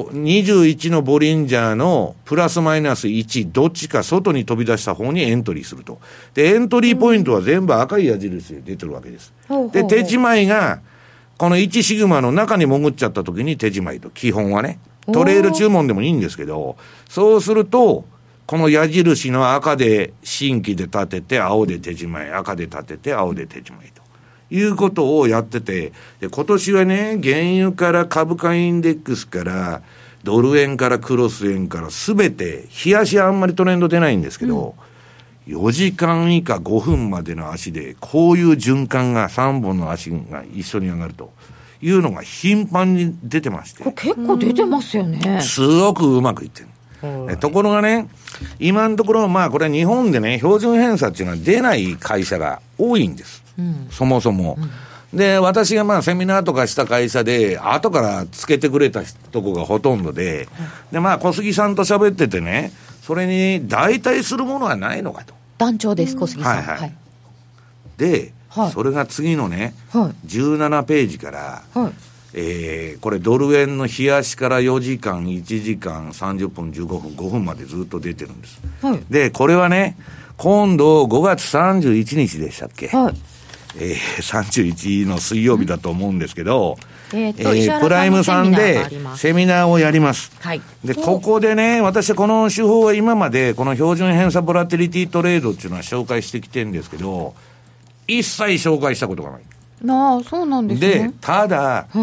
21のボリンジャーのプラスマイナス1、どっちか外に飛び出した方にエントリーすると。で、エントリーポイントは全部赤い矢印で出てるわけです。で、手仕舞いが、この1シグマの中に潜っちゃった時に手仕舞いと、基本はね。トレール注文でもいいんですけど、そうすると、この矢印の赤で新規で立てて、青で手仕舞い、赤で立てて、青で手仕舞いと。いうことをやってて、で、今年はね、原油から株価インデックスから、ドル円からクロス円からすべて、日足あんまりトレンド出ないんですけど、4時間以下5分までの足で、こういう循環が3本の足が一緒に上がるというのが頻繁に出てまして。 これ結構出てますよね。 すごくうまくいってる。ところがね、今のところ、まあこれは日本でね、標準偏差っていうのは出ない会社が多いんです。そもそも。で、私がまあセミナーとかした会社で、後からつけてくれたとこがほとんどで、で、まあ小杉さんと喋っててね、それに代替するものはないのかと。 団長です、小杉さん。 で、それが次のね、17ページから、これドル円の日足から4時間、1時間、30分、15分、5分までずっと出てるんです。で、これはね、今度5月31日でしたっけ、31の水曜日だと思うんですけど、プライムさんでセミナーをやります。で、ここでね、私はこの手法は今までこの標準偏差ボラティリティトレードっていうのは紹介してきてるんですけど、一切紹介したことがない。 そうなんですね。 で、ただ、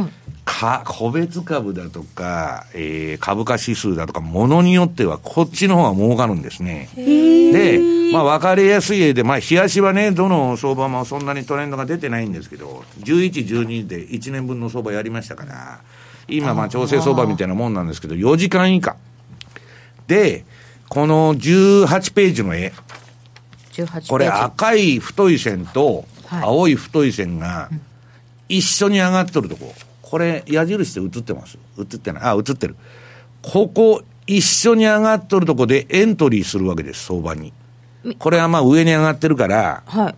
個別株だとか、株価指数だとか、ものによってはこっちの方が儲かるんですね。で、まあ分かりやすい絵で、まあ日足はね、どの相場もそんなにトレンドが出てないんですけど、11、12で1年分の相場やりましたから、今まあ調整相場みたいなもんなんですけど、4時間以下。で、この18ページの絵。これ赤い太い線と青い太い線が一緒に上がっとるとこ。これ矢印で映ってます？映ってない？映ってる。ここ一緒に上がっとるとこでエントリーするわけです、相場に。これはまあ上に上がってるから、 はい。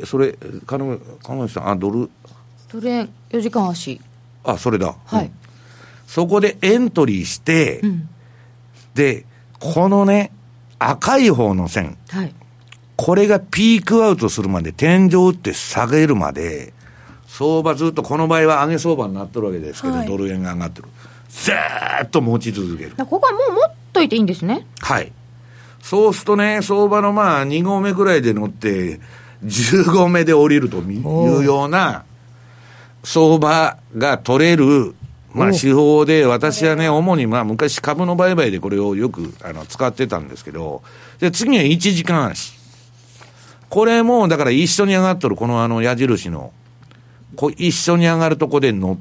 それ、金森さん、ドル円4時間足。 それだ。 はい。 そこでエントリーして、で、このね、赤い方の線。 はい。 これがピークアウトするまで、天井打って下げるまで、相場ずっとこの場合は上げ相場になってるわけですけど、ドル円が上がってる。ずーっと持ち続ける。 ここはもう持っといていいんですね。 はい。そうするとね、相場のまあ2合目くらいで乗って、10合目で降りるというような相場が取れる、まあ手法で、私はね、主にまあ昔株の売買でこれをよく使ってたんですけど、で、次は1時間足。これも、だから一緒に上がっとるこの矢印の、一緒に上がるとこで乗って、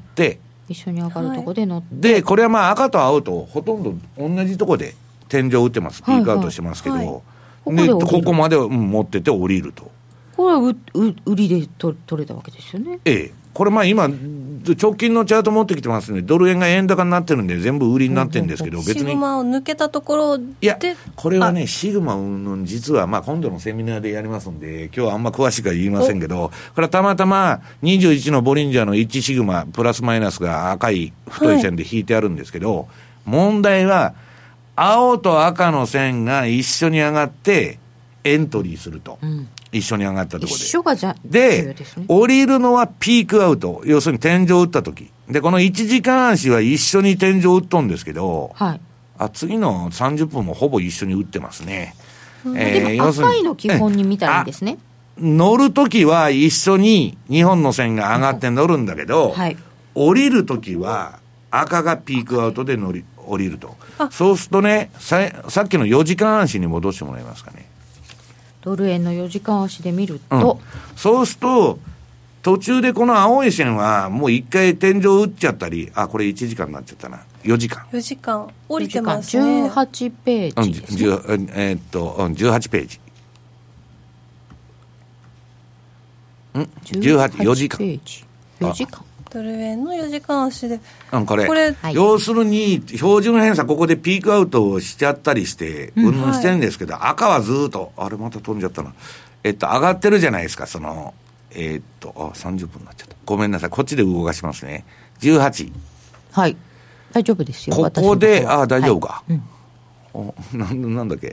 一緒に上がるとこで乗って、 で、これはまあ赤と青とほとんど同じとこで天井打ってます。ピークアウトしてますけど、で、ここまで持ってて降りると。 これは売りで取れたわけですよね。 これまあ今、直近のチャート持ってきてますね。ドル円が円高になってるんで全部売りになってるんですけど、別に。 シグマを抜けたところで。 いや、これはね、シグマ実はまあ今度のセミナーでやりますんで、今日はあんま詳しくは言いませんけど、これはたまたま21のボリンジャーの1シグマ、プラスマイナスが赤い太い線で引いてあるんですけど、問題は、青と赤の線が一緒に上がってエントリーすると。一緒に上がったところで。 一緒がで、降りるのはピークアウト。要するに天井打った時。で、この1時間足は一緒に天井打っとんですけど、 はい。 次の30分もほぼ一緒に打ってますね。 でも赤いの基本に見たらいいんですね。 乗るときは一緒に2本の線が上がって乗るんだけど、 はい。 降りるときは赤がピークアウトで降りると。そうするとね、さっきの4時間足に戻してもらえますかね。 ドル円の4時間足で見ると、 そうすると途中でこの青い線はもう一回天井打っちゃったり、これ1時間になっちゃったな。4時間降りてますね。 18ページですね。 18ページ。4時間。 4時間。 ドル円の4時間足で。 これ、要するに、標準偏差ここでピークアウトをしちゃったりして、してるんですけど、赤はずっと、あれまた飛んじゃったな。上がってるじゃないですか、30分になっちゃった。ごめんなさい。こっちで動かしますね。18。 はい。大丈夫ですよ。 ここで、大丈夫か。なんだっけ。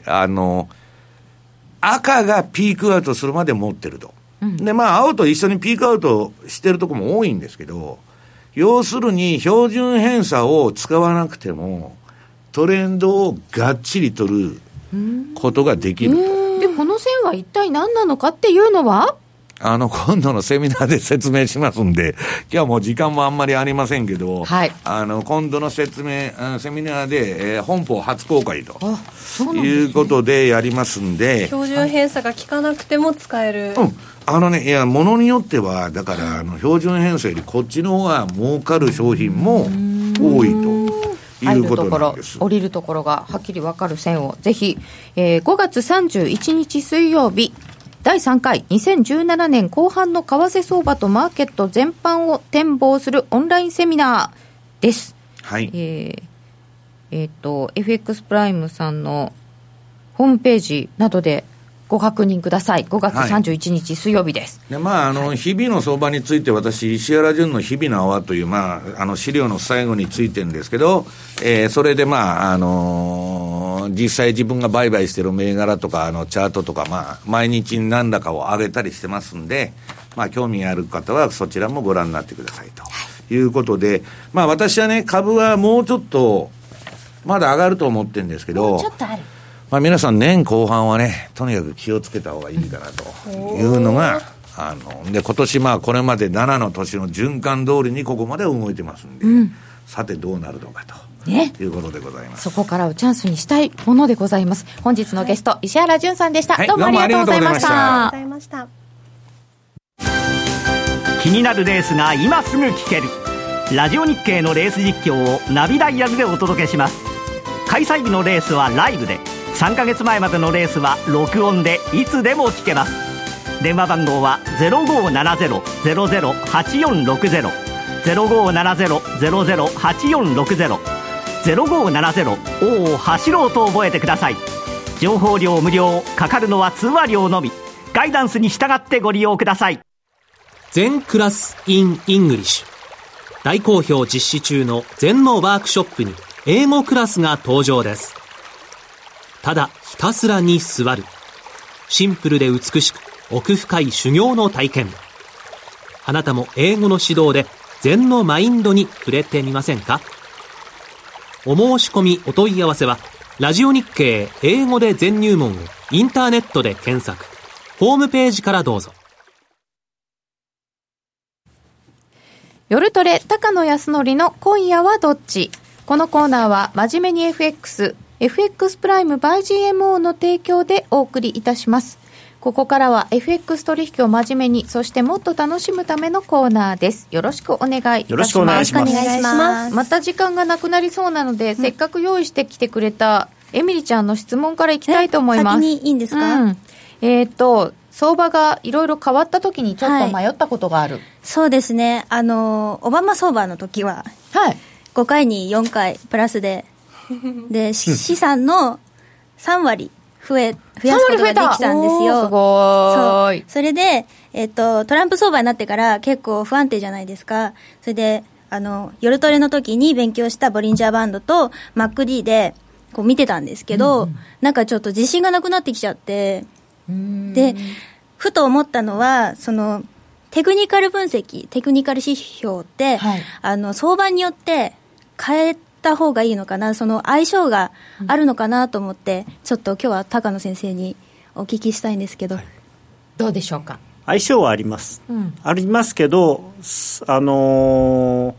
赤がピークアウトするまで持ってると。で、青と一緒にピークアウトしてるとこも多いんですけど、要するに標準偏差を使わなくても、トレンドをがっちり取ることができると。 で、この線は一体何なのかっていうのは今度のセミナーで説明しますんで、今日はもう時間もあんまりありませんけど、 はい、 今度のセミナーで、本邦初公開ということでやりますんで、 標準偏差が効かなくても使える。 いや、ものによっては、だから、標準偏差よりこっちの方が儲かる商品も多いということなんです。 降りるところがはっきり分かる線をぜひ、5月31日水曜日、第3回2017年後半の為替相場とマーケット全般を展望するオンラインセミナーです。 はい。 FX プライムさんのホームページなどでご確認ください。5月31日水曜日です。 で、日々の相場について私、石原淳の日々の泡という、資料の最後についてるんですけど、それで実際自分が売買してる銘柄とか、チャートとか、毎日何らかを上げたりしてますんで、興味ある方はそちらもご覧になってくださいということで、私はね、株はもうちょっと、まだ上がると思ってるんですけど、 もうちょっとある。 皆さん年後半はね、とにかく気をつけた方がいいかなというのが、 で今年これまで7の年の循環通りにここまで動いてますんで、さてどうなるのかと、いうことでございます。 そこからをチャンスにしたいものでございます。本日のゲスト石原潤さんでした、どうもありがとうございました。 気になるレースが今すぐ聞けるラジオ日経のレース実況をナビダイヤルでお届けします。開催日のレースはライブで、3ヶ月前までのレースは録音でいつでも聞けます。電話番号は 0570-008460 0570-008460 0570 を走ろうと覚えてください。情報料無料、かかるのは通話料のみ。ガイダンスに従ってご利用ください。 全クラス in English 大好評実施中の全のワークショップに英語クラスが登場です。ただひたすらに座る、シンプルで美しく奥深い修行の体験。あなたも英語の指導で禅のマインドに触れてみませんか？お申し込みお問い合わせはラジオ日経英語で全入門をインターネットで検索、ホームページからどうぞ。 夜トレ高野康則の今夜はどっち。このコーナーは真面目に FX プライム by GMO の提供でお送りいたします。ここからは FX 取引を真面目に、そしてもっと楽しむためのコーナーです。よろしくお願いいたします。 よろしくお願いします。 また時間がなくなりそうなので、せっかく用意してきてくれたエミリちゃんの質問からいきたいと思います。 先にいいんですか？ 相場がいろいろ変わった時にちょっと迷ったことがある。 そうですね、オバマ相場の時は、5回に4回プラスで資産の3割増やすことができたんですよ。 すごい。 それで、トランプ相場になってから結構不安定じゃないですか。それで夜トレの時に勉強したボリンジャーバンドと MACD でこう見てたんですけど、なんかちょっと自信がなくなってきちゃって、でふと思ったのは、そのテクニカル分析、テクニカル指標って、相場によって変えた方がいいのかな、その相性があるのかなと思って、ちょっと今日は高野先生にお聞きしたいんですけど、 どうでしょうか。 相性はあります、ありますけど、その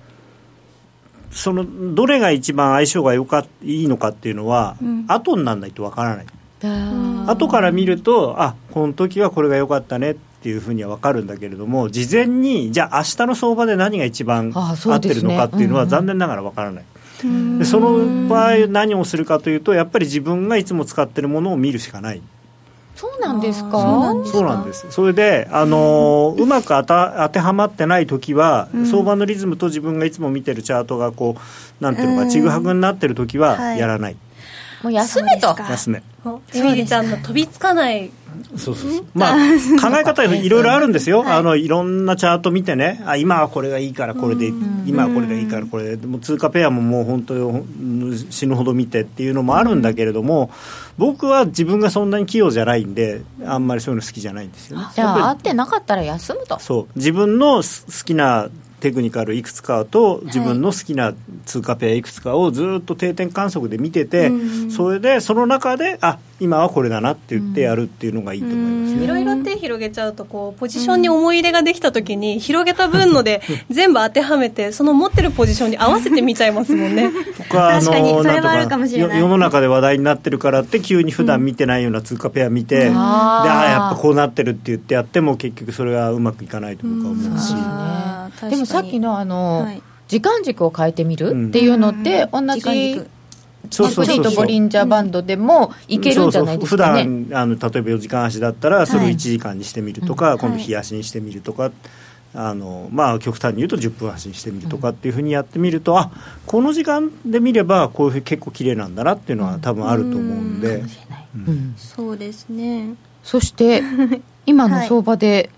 どれが一番相性がいいのかっていうのは、後にならないとわからない。後から見ると、この時はこれが良かったねっていうふうには分かるんだけれども、事前にじゃあ明日の相場で何が一番合ってるのかっていうのは残念ながら分からない。でその場合何をするかというと、やっぱり自分がいつも使ってるものを見るしかない。 そうなんですか。 そうなんです。それでうまく当てはまってない時は、相場のリズムと自分がいつも見てるチャートがこうなんていうのかちぐはぐになってる時はやらない、 もう休めと。 休め。 エミリちゃんの飛びつかない。 そう考え方いろいろあるんですよ。いろんなチャート見てね、今はこれがいいからこれで、今はこれがいいからこれで、もう通貨ペアももう本当に死ぬほど見てっていうのもあるんだけれども、僕は自分がそんなに器用じゃないんで、あんまりそういうの好きじゃないんですよね。 じゃあ合ってなかったら休むと。 そう、自分の好きなテクニカルいくつかと自分の好きな通貨ペアいくつかをずっと定点観測で見てて、それでその中で今はこれだなって言ってやるっていうのがいいと思いますね。 いろいろ手広げちゃうとこうポジションに思い入れができた時に、広げた分ので全部当てはめてその持ってるポジションに合わせて見ちゃいますもんね。 確かにそれはあるかもしれない。 世の中で話題になってるからって急に普段見てないような通貨ペア見て、でやっぱこうなってるって言ってやっても結局それがうまくいかないと僕は思うし、 でもさっきの時間軸を変えてみるっていうのって同じMACDとボリンジャーバンドでもいけるんじゃないですかね。 普段例えば4時間足だったらそれを1時間にしてみるとか、今度日足にしてみるとか、極端に言うと10分足にしてみるとかっていうふうにやってみると、この時間で見ればこういうふうに結構綺麗なんだなっていうのは多分あると思うんで、 そうですね。 そして今の相場で、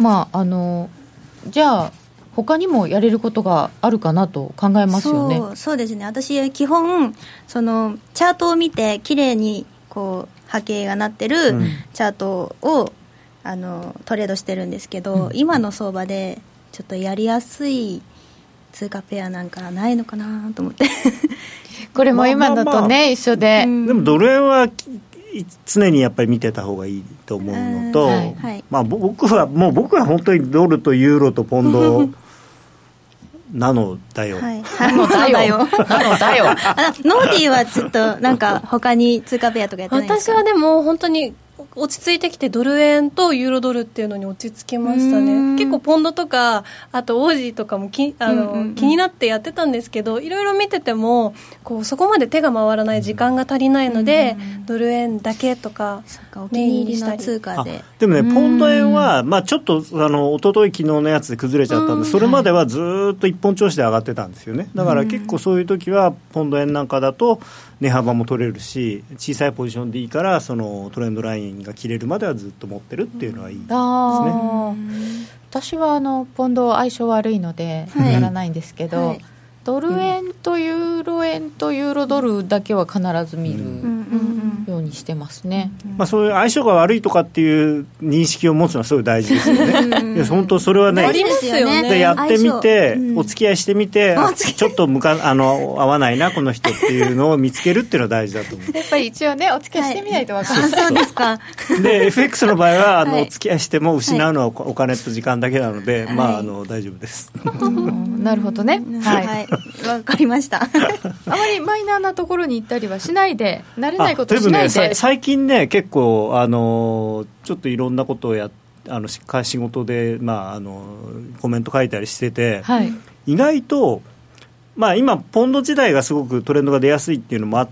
じゃあ他にもやれることがあるかなと考えますよね。 そうですね。私基本そのチャートを見て綺麗にこう波形がなってるチャートを、トレードしてるんですけど、今の相場でちょっとやりやすい通貨ペアなんかないのかなと思ってこれも今のとね、一緒で、 でもドル円は常にやっぱり見てた方がいいと思うのと、 はいはい、 まあ、僕は本当にドルとユーロとポンドなのだよ、 はい、 なのだよノーディーはちょっとなんか他に通貨ペアとかやってないですか？ 私はでも本当に落ち着いてきてドル円とユーロドルっていうのに落ち着きましたね。結構ポンドとかあとオージーとかも気になってやってたんですけど、いろいろ見ててもこうそこまで手が回らない時間が足りないので、ドル円だけとかお気に入りの通貨で。 でもねポンド円は、まあ、ちょっと一昨日昨日のやつで崩れちゃったんで、それまではずっと一本調子で上がってたんですよね。だから結構そういう時はポンド円なんかだと値幅も取れるし、小さいポジションでいいからそのトレンドラインが切れるまではずっと持ってるっていうのはいいですね。 私はポンド相性悪いのでやらないんですけど、はい、ドル円とユーロ円とユーロドルだけは必ず見るようにしてますね。 まあ、そういう相性が悪いとかっていう認識を持つのはすごい大事ですよね。いや本当それはね、でやってみて、お付き合いしてみて、ちょっと合わないなこの人っていうのを見つけるっていうのは大事だと思う。 やっぱり一応ねお付き合いしてみないと分からない、 そうですか。 で FX の場合はお付き合いしても失うのはお金と時間だけなので、まあ大丈夫です。 なるほどね。はい、 わかりました。 あまりマイナーなところに行ったりはしないで、慣れないことしないで。 最近ね結構ちょっといろんなことを仕事で、まあ、コメント書いたりしてて、はい、意外と、まあ、今ポンド時代がすごくトレンドが出やすいっていうのもあって、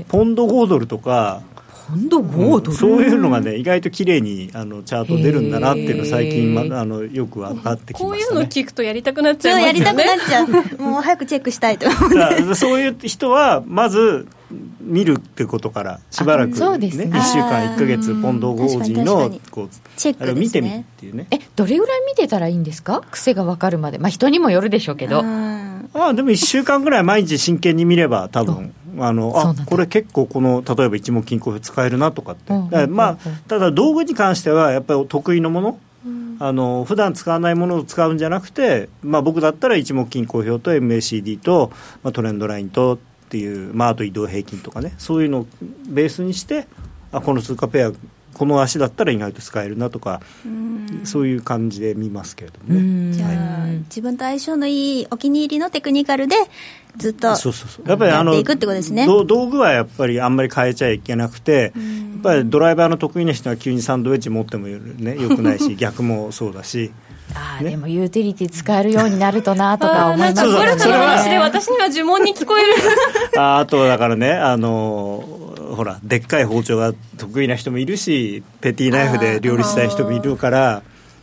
ポンド5ドルとかポンド5ドル、 そういうのがね意外と綺麗にチャート出るんだなっていうの最近、よく分かってきましたね。 こういうの聞くとやりたくなっちゃいますよね。 やりたくなっちゃう。もう早くチェックしたいと思ってそういう人はまず見るってことからしばらく、ね、1週間1ヶ月ポンド5時のこうチェックですね。 見てみるっていうね。 どれぐらい見てたらいいんですか？癖が分かるまで。まあ人にもよるでしょうけど、 まあ、でも1週間ぐらい毎日真剣に見れば多分これ結構例えば一目金庫表使えるなとかって、まあ、ただ道具に関してはやっぱり得意のもの、普段使わないものを使うんじゃなくて、まあ、僕だったら一目金庫表と MACD と、まあ、トレンドラインとっていう、まあ、あと移動平均とかね、そういうのをベースにしてこの通貨ペアこの足だったら意外と使えるなとか、そういう感じで見ますけれどもね。 じゃあ、自分と相性のいいお気に入りのテクニカルでずっとやっていくってことですね。 道具はやっぱりあんまり変えちゃいけなくて、やっぱりドライバーの得意な人は急にサンドウェッジ持ってもねよくないし逆もそうだしね、でもユーティリティ使えるようになるとなとか思いますよね。 ゴルフの話で私には呪文に聞こえる。 あとだからねほらでっかい包丁が得意な人もいるし、ペティナイフで料理したい人もいるから、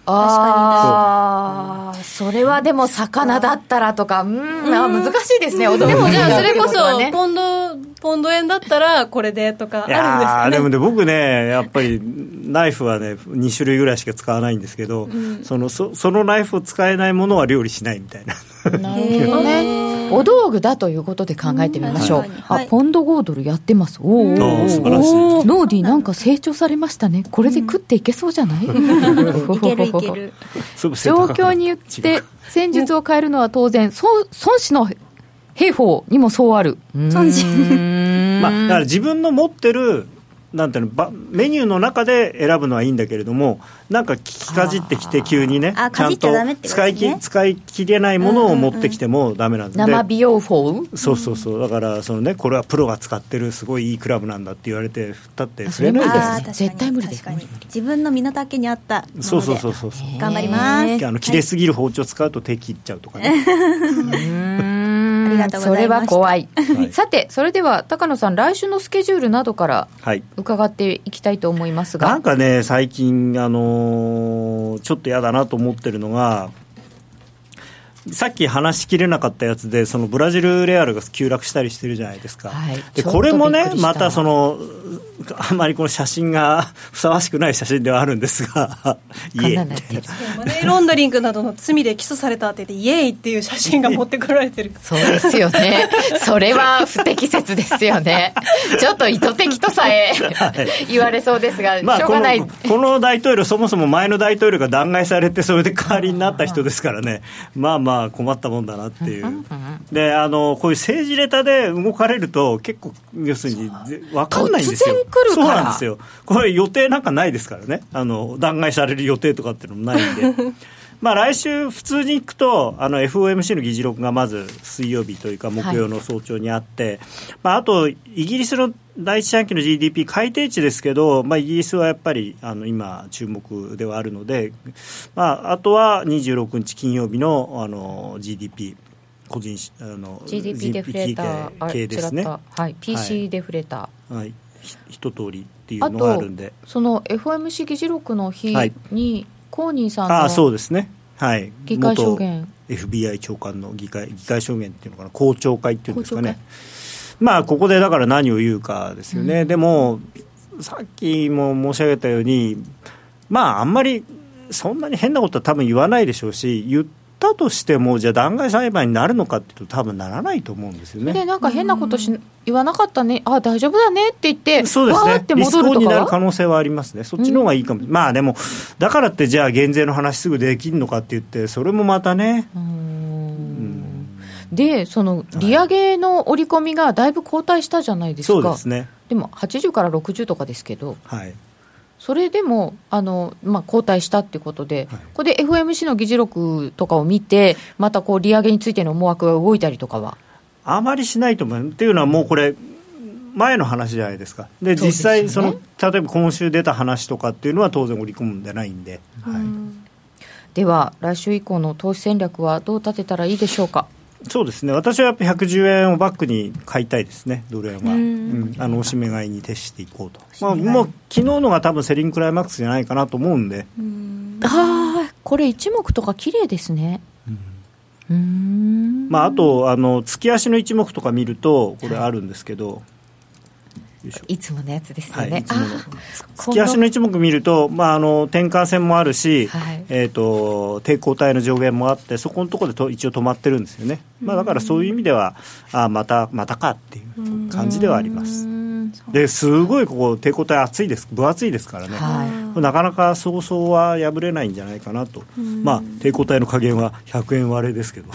それはでも魚だったらとか難しいですね。でもじゃあそれこそポンド円だったらこれでとかあるんですかね。 でもね僕ねやっぱりナイフはね2種類ぐらいしか使わないんですけど、そのナイフを使えないものは料理しないみたいな。 なるほどね。お道具だということで考えてみましょう。ポンド5ドルやってます。素晴らしい。ノーディーなんか成長されましたね。これで食っていけそうじゃない？ いけるいける。 状況によって戦術を変えるのは当然、孫子の兵法にもそうある。 孫子。 まあだから自分の持ってるなんていうのメニューの中で選ぶのはいいんだけれども、なんか聞きかじってきて急にねちゃんと使い切れないものを持ってきてもダメなんで、 生美容法そうだからこれはプロが使ってるすごいいいクラブなんだって言われて振ったって振れないです。 絶対無理です。 自分の身の丈に合ったものでそう頑張ります。 切れすぎる包丁使うと手切っちゃうとかね。 それは怖い、さてそれでは高野さん来週のスケジュールなどから伺っていきたいと思いますが、 なんかね最近ちょっと嫌だなと思ってるのが、さっき話しきれなかったやつでそのブラジルレアルが急落したりしてるじゃないですか、でこれもねまたあまりこの写真がふさわしくない写真ではあるんですがマネーロンダリングなどの罪で起訴されたって言ってイエーイっていう写真が持ってこられてる。 そうですよね。それは不適切ですよね。ちょっと意図的とさえ言われそうですが、しょうがない。 この大統領そもそも前の大統領が弾劾されてそれで代わりになった人ですからね。ままあ困ったもんだなっていうでこういう政治ネタで動かれると結構要するに分かんないんですよ。 突然来るから。 そうなんですよ。これ予定なんかないですからね、弾劾される予定とかっていうのもないんでまあ来週普通に行くとFOMC の議事録がまず水曜日というか木曜の早朝にあって、まあ、あとイギリスの第一四半期の GDP 改定値ですけど、まあ、イギリスはやっぱり今注目ではあるので、まあ、あとは26日金曜日のGDP 個人 GDP デフレーター系ですね、 はい、PC デフレーター、 はい、一通りっていうのがあるんで、 その FOMC 議事録の日に、コーニーさんのそうですね、はい、 議会証言、 元 FBI 長官の議会証言っていうのかな、公聴会っていうんですかね。まあここでだから何を言うかですよね、でもさっきも申し上げたように、まああんまりそんなに変なことは多分言わないでしょうし、言ったとしてもじゃあ弾劾裁判になるのかっていうと多分ならないと思うんですよね。 でなんか変なこと言わなかったね、大丈夫だねって言って、 そうですね、 わーって戻るとかリスクオンになる可能性はありますね。そっちの方がいいかも、まあでもだからってじゃあ減税の話すぐできるのかって言ってそれもまたね。 でその利上げの織り込みがだいぶ後退したじゃないですか。 そうですね。 でも80から60とかですけど、 はい、 それでも後退したっていうことで、はい、これで FOMC の議事録とかを見てまたこう利上げについての思惑が動いたりとかはあまりしないと思う。っていうのはもうこれ前の話じゃないですか。で実際例えば今週出た話とかっていうのは当然織り込むんじゃないんで、はい、 では来週以降の投資戦略はどう立てたらいいでしょうか。 そうですね、私はやっぱり110円をバックに買いたいですね、ドル円は。おしめ買いに徹していこうと、もう昨日のが多分セリングクライマックスじゃないかなと思うんで。 これ一目とか綺麗ですね。 あと月足の一目とか見るとこれあるんですけど、 いつものやつですよね、 はい、いつもの月足の一目見ると、転換線もあるし、はい、抵抗体の上限もあってそこのところで一応止まってるんですよね。だからそういう意味ではまたかっていう感じではあります。ですごいここ抵抗体分厚いですからね、はい、なかなか早々は破れないんじゃないかなと。抵抗体の加減は100円割れですけど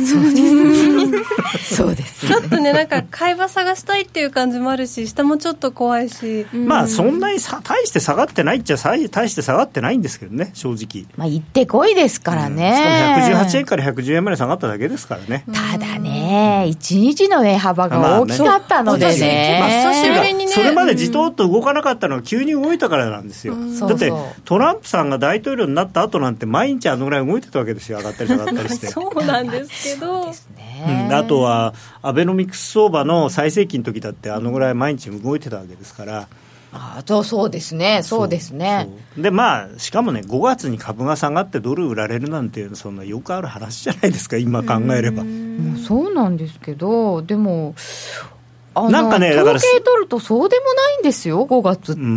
そうですちょっとねなんか買い場探したいっていう感じもあるし下もちょっと怖いし、 そんなに大して下がってないっちゃ大して下がってないんですけどね、正直。 行ってこいですからね、 しかも118円から110円まで下がっただけですからね。 ただね1日の値幅が大きかったのでね、 それまでじとっと動かなかったのが急に動いたからなんですよ。だってトランプさんが大統領になった後なんて毎日ぐらい動いてたわけですよ、上がったり下がったりしてそうなんですけどあとはアベノミクス相場の最盛期の時だってぐらい毎日動いてたわけですから。 そうですね。 でしかもね5月に株が下がってドル売られるなんていうそんなよくある話じゃないですか、今考えれば。 そうなんですけど、でもなんかね、 統計取るとそうでもないんですよ5月って。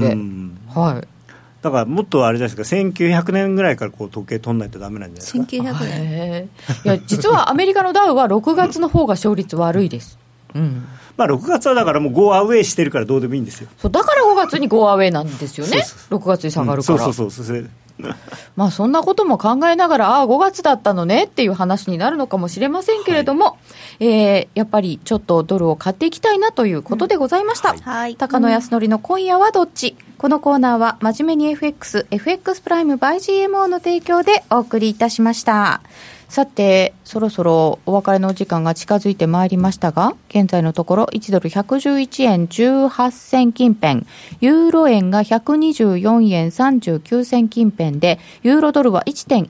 はい、 だからもっとあれじゃないですか、1900年ぐらいから統計取んないとダメなんじゃないですか。 1900年いや実はアメリカのダウは6月の方が勝率悪いです。 6月はだからもうゴーアウェイしてるからどうでもいいんですよ。 だから5月にゴーアウェイなんですよね。6月に下がるから。そんなことも考えながら5月だったのねっていう話になるのかもしれませんけれども、やっぱりちょっとドルを買っていきたいなということでございました。高野康則の今夜はどっち。このコーナーは真面目に FX プライム by GMO の提供でお送りいたしました。さてそろそろお別れのお時間が近づいてまいりましたが、現在のところ1ドル111円18銭近辺、ユーロ円が124円39銭近辺で、ユーロドルは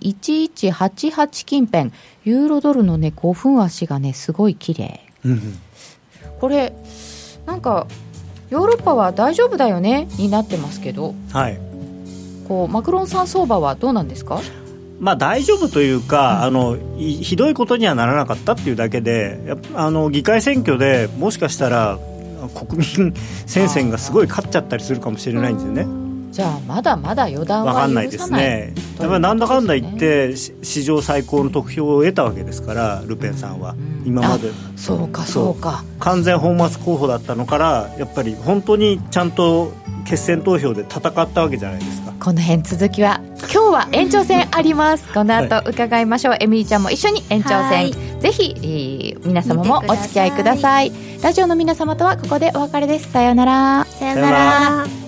1.1188 近辺。ユーロドルのね5分足がねすごい綺麗、これなんかヨーロッパは大丈夫だよねになってますけど、マクロンさん相場はどうなんですか。 大丈夫というか、ひどいことにはならなかったっていうだけで、議会選挙でもしかしたら国民戦線がすごい勝っちゃったりするかもしれないんですよね。 じゃあまだまだ予断は許さない。分かんないですね。 やっぱりなんだかんだ言って史上最高の得票を得たわけですから、ルペンさんは今まで。 そうか完全本末候補だったのから、やっぱり本当にちゃんと決選投票で戦ったわけじゃないですか。 この辺続きは今日は延長戦あります。この後伺いましょう。エミリーちゃんも一緒に延長戦、ぜひ、皆様もお付き合いください。ラジオの皆様とはここでお別れです。さようなら。 さようなら。